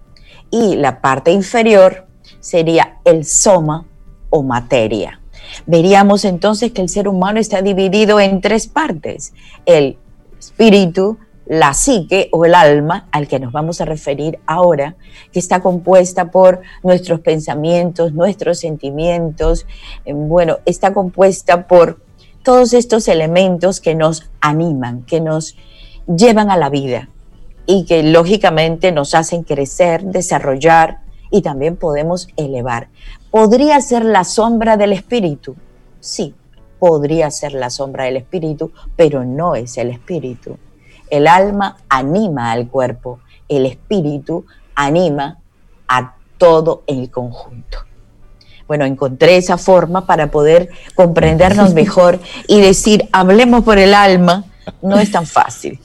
Y la parte inferior sería el soma o materia. Veríamos entonces que el ser humano está dividido en 3 partes: el espíritu, la psique o el alma, al que nos vamos a referir ahora, que está compuesta por nuestros pensamientos, nuestros sentimientos, está compuesta por todos estos elementos que nos animan, que nos llevan a la vida y que lógicamente nos hacen crecer, desarrollar y también podemos elevar. ¿Podría ser la sombra del espíritu? Sí, podría ser la sombra del espíritu, pero no es el espíritu. El alma anima al cuerpo, el espíritu anima a todo el conjunto. Bueno, encontré esa forma para poder comprendernos mejor y decir, hablemos por el alma. No es tan fácil,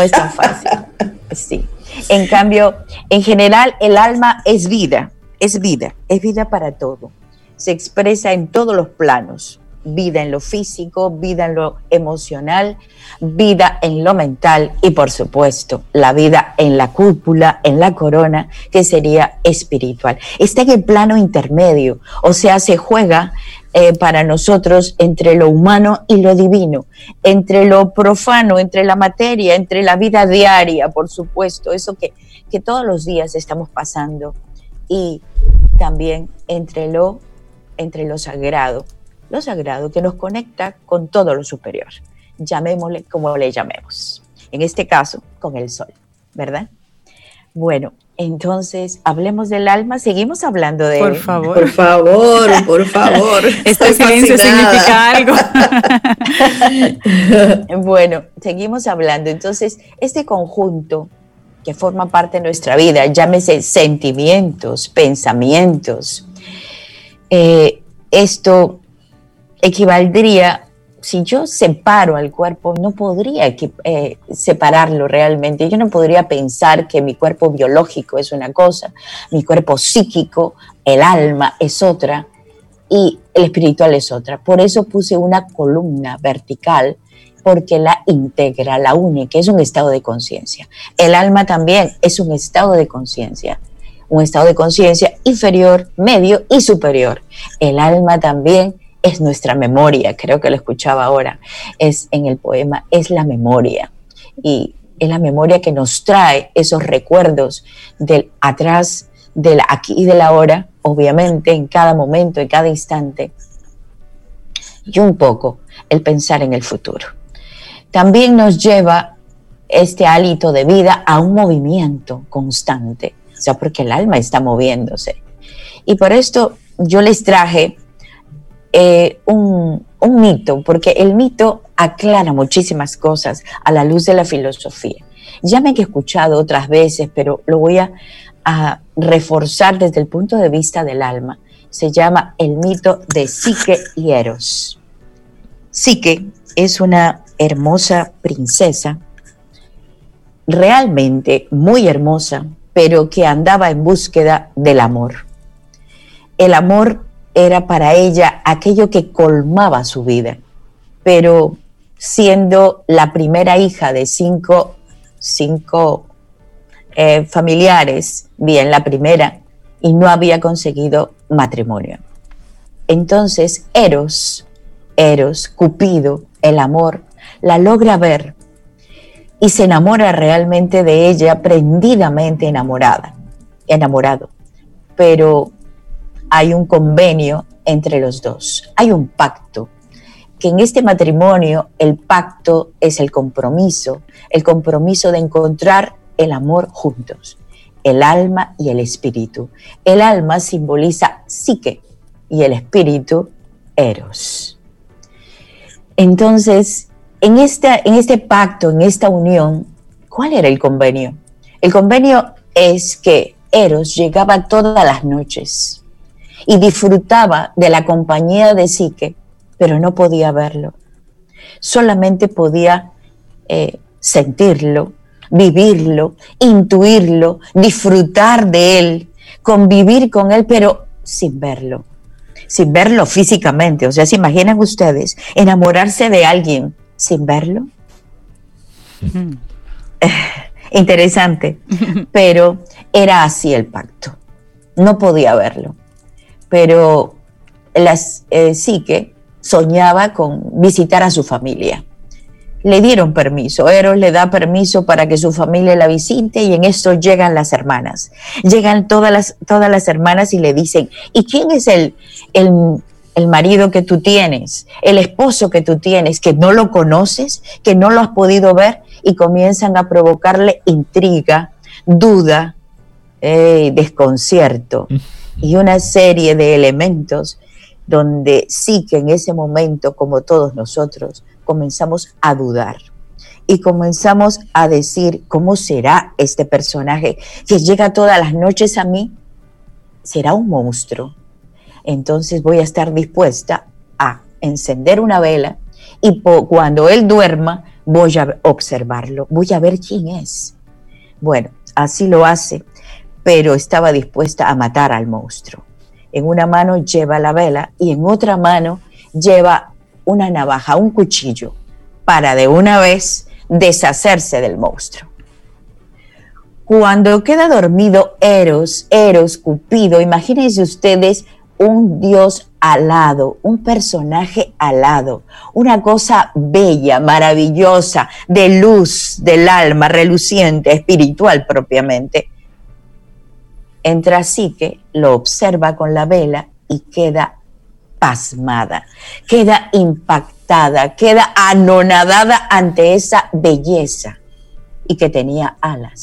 Sí. En cambio, en general, el alma es vida para todo. Se expresa en todos los planos. Vida en lo físico, vida en lo emocional, vida en lo mental y, por supuesto, la vida en la cúpula, en la corona, que sería espiritual. Está en el plano intermedio, o sea, se juega para nosotros entre lo humano y lo divino, entre lo profano, entre la materia, entre la vida diaria, por supuesto, eso que todos los días estamos pasando, y también entre lo sagrado. Lo sagrado que nos conecta con todo lo superior, llamémosle como le llamemos, en este caso con el sol, ¿verdad? Bueno, Entonces, hablemos del alma, seguimos hablando de Por él. favor. Por favor, por favor. Este silencio significa algo. Bueno, seguimos hablando. Entonces, este conjunto que forma parte de nuestra vida, llámese sentimientos, pensamientos, esto equivaldría, si yo separo al cuerpo, no podría separarlo realmente. Yo no podría pensar que mi cuerpo biológico es una cosa, mi cuerpo psíquico, el alma es otra y el espiritual es otra. Por eso puse una columna vertical, porque la integra, la une, que es un estado de conciencia. El alma también es un estado de conciencia inferior, medio y superior. El alma también es nuestra memoria, creo que lo escuchaba ahora, es en el poema, es la memoria. Y es la memoria que nos trae esos recuerdos del atrás, del aquí y del ahora, obviamente en cada momento, en cada instante, y un poco el pensar en el futuro. También nos lleva este hálito de vida a un movimiento constante, o sea, porque el alma está moviéndose. Y por esto yo les traje un mito, porque el mito aclara muchísimas cosas a la luz de la filosofía. Ya me he escuchado otras veces, pero lo voy a reforzar desde el punto de vista del alma. Se llama el mito de Psique y Eros. Psique es una hermosa princesa, realmente muy hermosa, pero que andaba en búsqueda del amor. El amor era para ella aquello que colmaba su vida, pero siendo la primera hija de cinco familiares, bien, la primera, y no había conseguido matrimonio. Entonces Eros, Cupido, el amor, la logra ver y se enamora realmente de ella, prendidamente enamorado. Pero hay un convenio entre los dos, hay un pacto, que en este matrimonio el pacto es el compromiso de encontrar el amor juntos, el alma y el espíritu. El alma simboliza Psique y el espíritu Eros. Entonces, en este pacto, en esta unión, ¿cuál era el convenio? El convenio es que Eros llegaba todas las noches y disfrutaba de la compañía de Psique, pero no podía verlo. Solamente podía sentirlo, vivirlo, intuirlo, disfrutar de él, convivir con él, pero sin verlo físicamente. O sea, ¿se imaginan ustedes enamorarse de alguien sin verlo? Interesante, pero era así el pacto. No podía verlo, pero Psique soñaba con visitar a su familia. Le dieron permiso, Eros le da permiso para que su familia la visite, y en esto llegan las hermanas. Llegan todas las hermanas y le dicen: ¿y quién es el marido que tú tienes, el esposo que tú tienes, que no lo conoces, que no lo has podido ver? Y comienzan a provocarle intriga, duda, desconcierto y una serie de elementos donde sí que en ese momento, como todos nosotros, comenzamos a dudar y comenzamos a decir: ¿cómo será este personaje que llega todas las noches a mí? ¿Será un monstruo? Entonces voy a estar dispuesta a encender una vela y cuando él duerma voy a observarlo, voy a ver quién es. Bueno, así lo hace, pero estaba dispuesta a matar al monstruo. En una mano lleva la vela y en otra mano lleva una navaja, un cuchillo, para de una vez deshacerse del monstruo. Cuando queda dormido Eros, Cupido, imagínense ustedes un dios alado, un personaje alado, una cosa bella, maravillosa, de luz del alma, reluciente, espiritual propiamente. Entra Psique, lo observa con la vela y queda pasmada, queda impactada, queda anonadada ante esa belleza, y que tenía alas.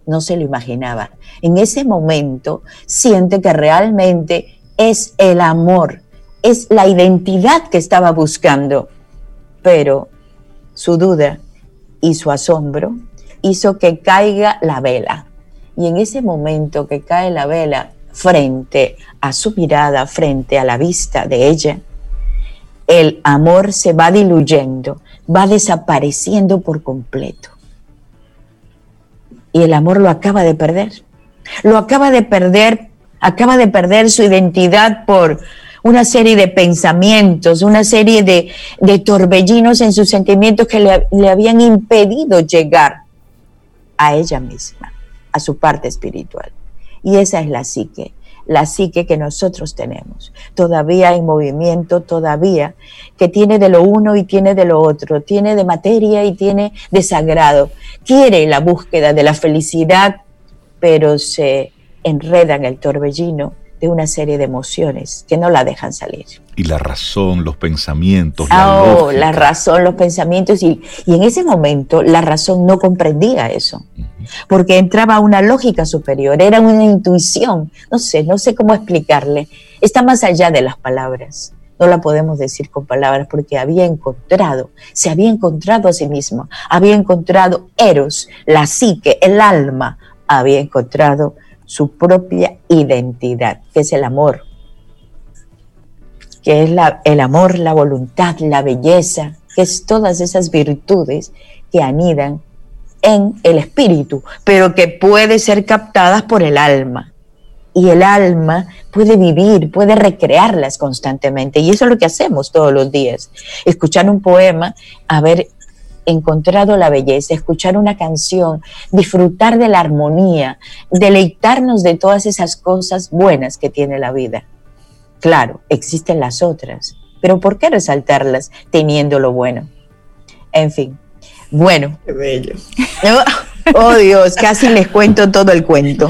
no se lo imaginaba. En ese momento siente que realmente es el amor, es la identidad que estaba buscando, pero su duda y su asombro hizo que caiga la vela. Y en ese momento que cae la vela frente a su mirada, frente a la vista de ella, el amor se va diluyendo, va desapareciendo por completo. Y el amor lo acaba de perder. Lo acaba de perder su identidad por una serie de pensamientos, una serie de torbellinos en sus sentimientos que le habían impedido llegar a ella misma, a su parte espiritual. Y esa es la psique que nosotros tenemos, todavía en movimiento, todavía, que tiene de lo uno y tiene de lo otro, tiene de materia y tiene de sagrado, quiere la búsqueda de la felicidad, pero se enreda en el torbellino de una serie de emociones que no la dejan salir. Y la razón, los pensamientos, la lógica. La razón, los pensamientos, y en ese momento la razón no comprendía eso, porque entraba una lógica superior, era una intuición, no sé cómo explicarle, está más allá de las palabras, no la podemos decir con palabras, porque se había encontrado a sí mismo, había encontrado Eros, la psique, el alma, había encontrado su propia identidad, que es el amor, que es el amor, la voluntad, la belleza, que es todas esas virtudes que anidan en el espíritu, pero que puede ser captadas por el alma. Y el alma puede vivir, puede recrearlas constantemente. Y eso es lo que hacemos todos los días. Escuchar un poema, haber encontrado la belleza, escuchar una canción, disfrutar de la armonía, deleitarnos de todas esas cosas buenas que tiene la vida. Claro, existen las otras, pero ¿por qué resaltarlas teniendo lo bueno? En fin, bueno. Qué bello. Oh Dios, casi les cuento todo el cuento.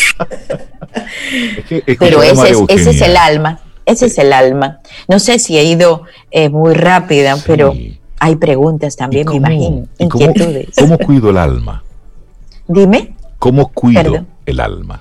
Pero ese es el alma, es el alma. No sé si he ido muy rápida, sí. Pero hay preguntas también, me imagino, inquietudes. ¿Cómo cuido el alma? Dime. ¿Cómo cuido el alma?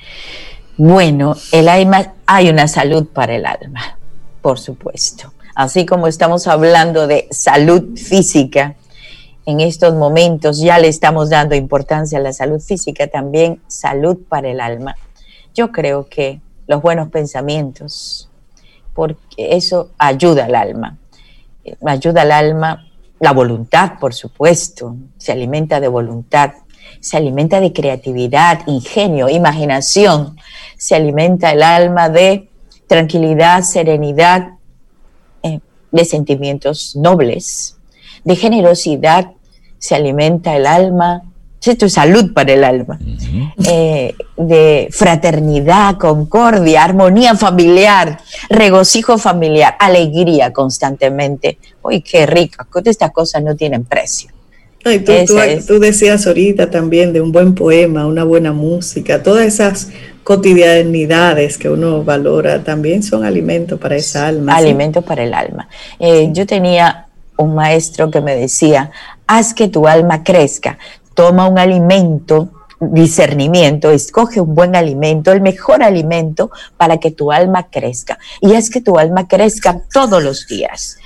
Bueno, el alma, hay una salud para el alma, por supuesto. Así como estamos hablando de salud física, en estos momentos ya le estamos dando importancia a la salud física, también salud para el alma. Yo creo que los buenos pensamientos, porque eso ayuda al alma. Ayuda al alma, la voluntad, por supuesto, se alimenta de voluntad, se alimenta de creatividad, ingenio, imaginación, se alimenta el alma de tranquilidad, serenidad, de sentimientos nobles, de generosidad, se alimenta el alma, esto es salud para el alma, de fraternidad, concordia, armonía familiar, regocijo familiar, alegría constantemente. Uy, qué rico, estas cosas no tienen precio. Y tú decías ahorita también de un buen poema, una buena música, todas esas cotidianidades que uno valora también son alimentos para esa alma. Alimentos para el alma. Yo tenía un maestro que me decía, haz que tu alma crezca, toma un alimento, discernimiento, escoge un buen alimento, el mejor alimento para que tu alma crezca. Y haz que tu alma crezca todos los días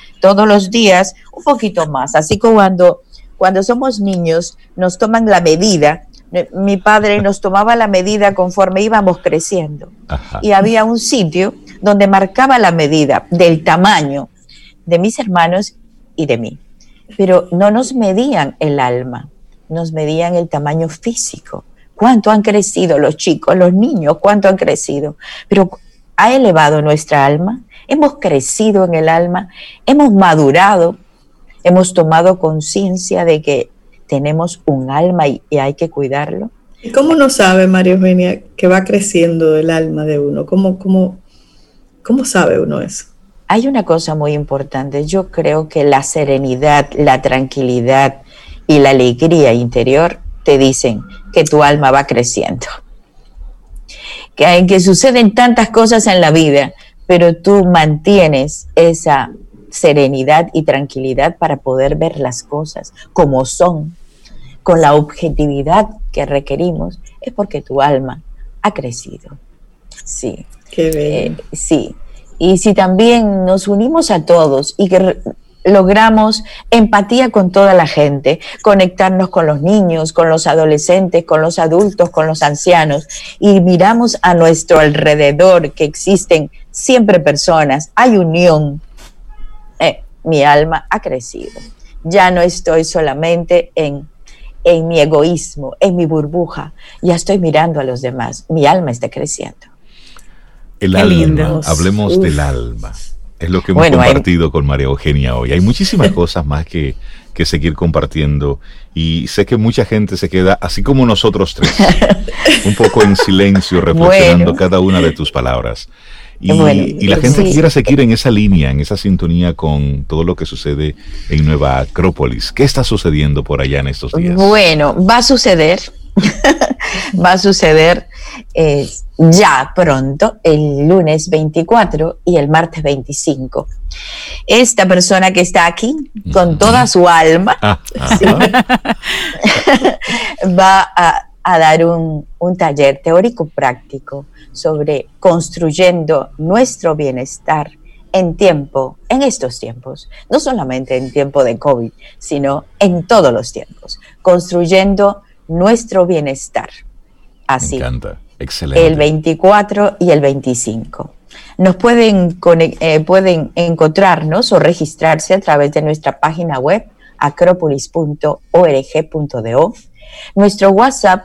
un poquito más, así como cuando somos niños nos toman la medida. Mi padre nos tomaba la medida conforme íbamos creciendo. Ajá. Y había un sitio donde marcaba la medida del tamaño de mis hermanos y de mí, pero no nos medían el alma, nos medían el tamaño físico. ¿Cuánto han crecido los chicos, los niños? ¿Cuánto han crecido? Pero ¿ha elevado nuestra alma? ¿Hemos crecido en el alma? ¿Hemos madurado? ¿Hemos tomado conciencia de que tenemos un alma y hay que cuidarlo? ¿Y cómo no sabe, María Eugenia, que va creciendo el alma de uno? ¿Cómo sabe uno eso? Hay una cosa muy importante. Yo creo que la serenidad, la tranquilidad y la alegría interior te dicen que tu alma va creciendo. Que suceden tantas cosas en la vida, pero tú mantienes esa serenidad y tranquilidad para poder ver las cosas como son con la objetividad que requerimos, es porque tu alma ha crecido. Sí. Qué bien. Sí. Y si también nos unimos a todos y que logramos empatía con toda la gente, conectarnos con los niños, con los adolescentes, con los adultos, con los ancianos, y miramos a nuestro alrededor que existen siempre personas, hay unión, mi alma ha crecido. Ya no estoy solamente en mi egoísmo, en mi burbuja, ya estoy mirando a los demás, mi alma está creciendo. El Qué alma, lindo. hablemos del alma. Es lo que hemos compartido con María Eugenia hoy. Hay muchísimas cosas más que seguir compartiendo, y sé que mucha gente se queda, así como nosotros tres, un poco en silencio, reflexionando cada una de tus palabras. Y la gente quiera seguir en esa línea, en esa sintonía con todo lo que sucede en Nueva Acrópolis. ¿Qué está sucediendo por allá en estos días? Bueno, va a suceder, ya pronto, el lunes 24 y el martes 25. Esta persona que está aquí, con toda su alma, ¿sí? va a dar un taller teórico práctico sobre construyendo nuestro bienestar en estos tiempos, no solamente en tiempo de COVID, sino en todos los tiempos, construyendo nuestro bienestar. Así. Me encanta, excelente. El 24 y el 25. Nos pueden encontrarnos o registrarse a través de nuestra página web acropolis.org.do, nuestro WhatsApp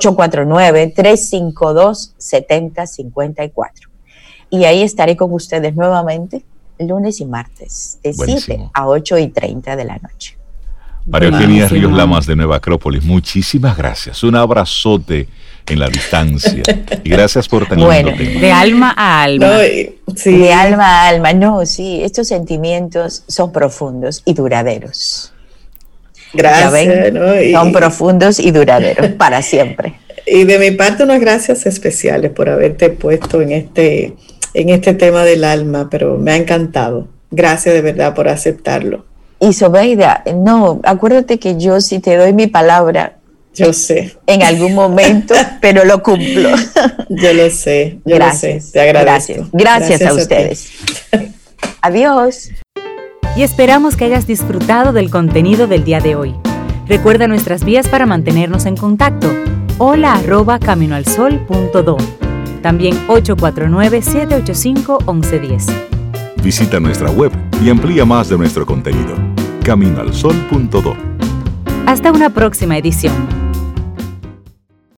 849-352-7054. Y ahí estaré con ustedes nuevamente lunes y martes, de Buenísimo. 7 a 8:30 de la noche. María Eugenia Ríos Lamas de Nueva Acrópolis, muchísimas gracias. Un abrazote en la distancia. Y gracias por tan lindo tema. De alma a alma. No, sí. De alma a alma. No, sí, estos sentimientos son profundos y duraderos. Gracias. ¿Ya ven? ¿No? Son profundos y duraderos para siempre. Y de mi parte, unas gracias especiales por haberte puesto en este tema del alma, pero me ha encantado. Gracias de verdad por aceptarlo. Y Sobeida, no, acuérdate que yo sí te doy mi palabra. Yo sé. En algún momento, pero lo cumplo. Yo lo sé. Gracias. Te agradezco. Gracias a ustedes. Adiós. Y esperamos que hayas disfrutado del contenido del día de hoy. Recuerda nuestras vías para mantenernos en contacto. hola@caminoalsol.do. También 849-785-1110. Visita nuestra web y amplía más de nuestro contenido. caminoalsol.do. Hasta una próxima edición.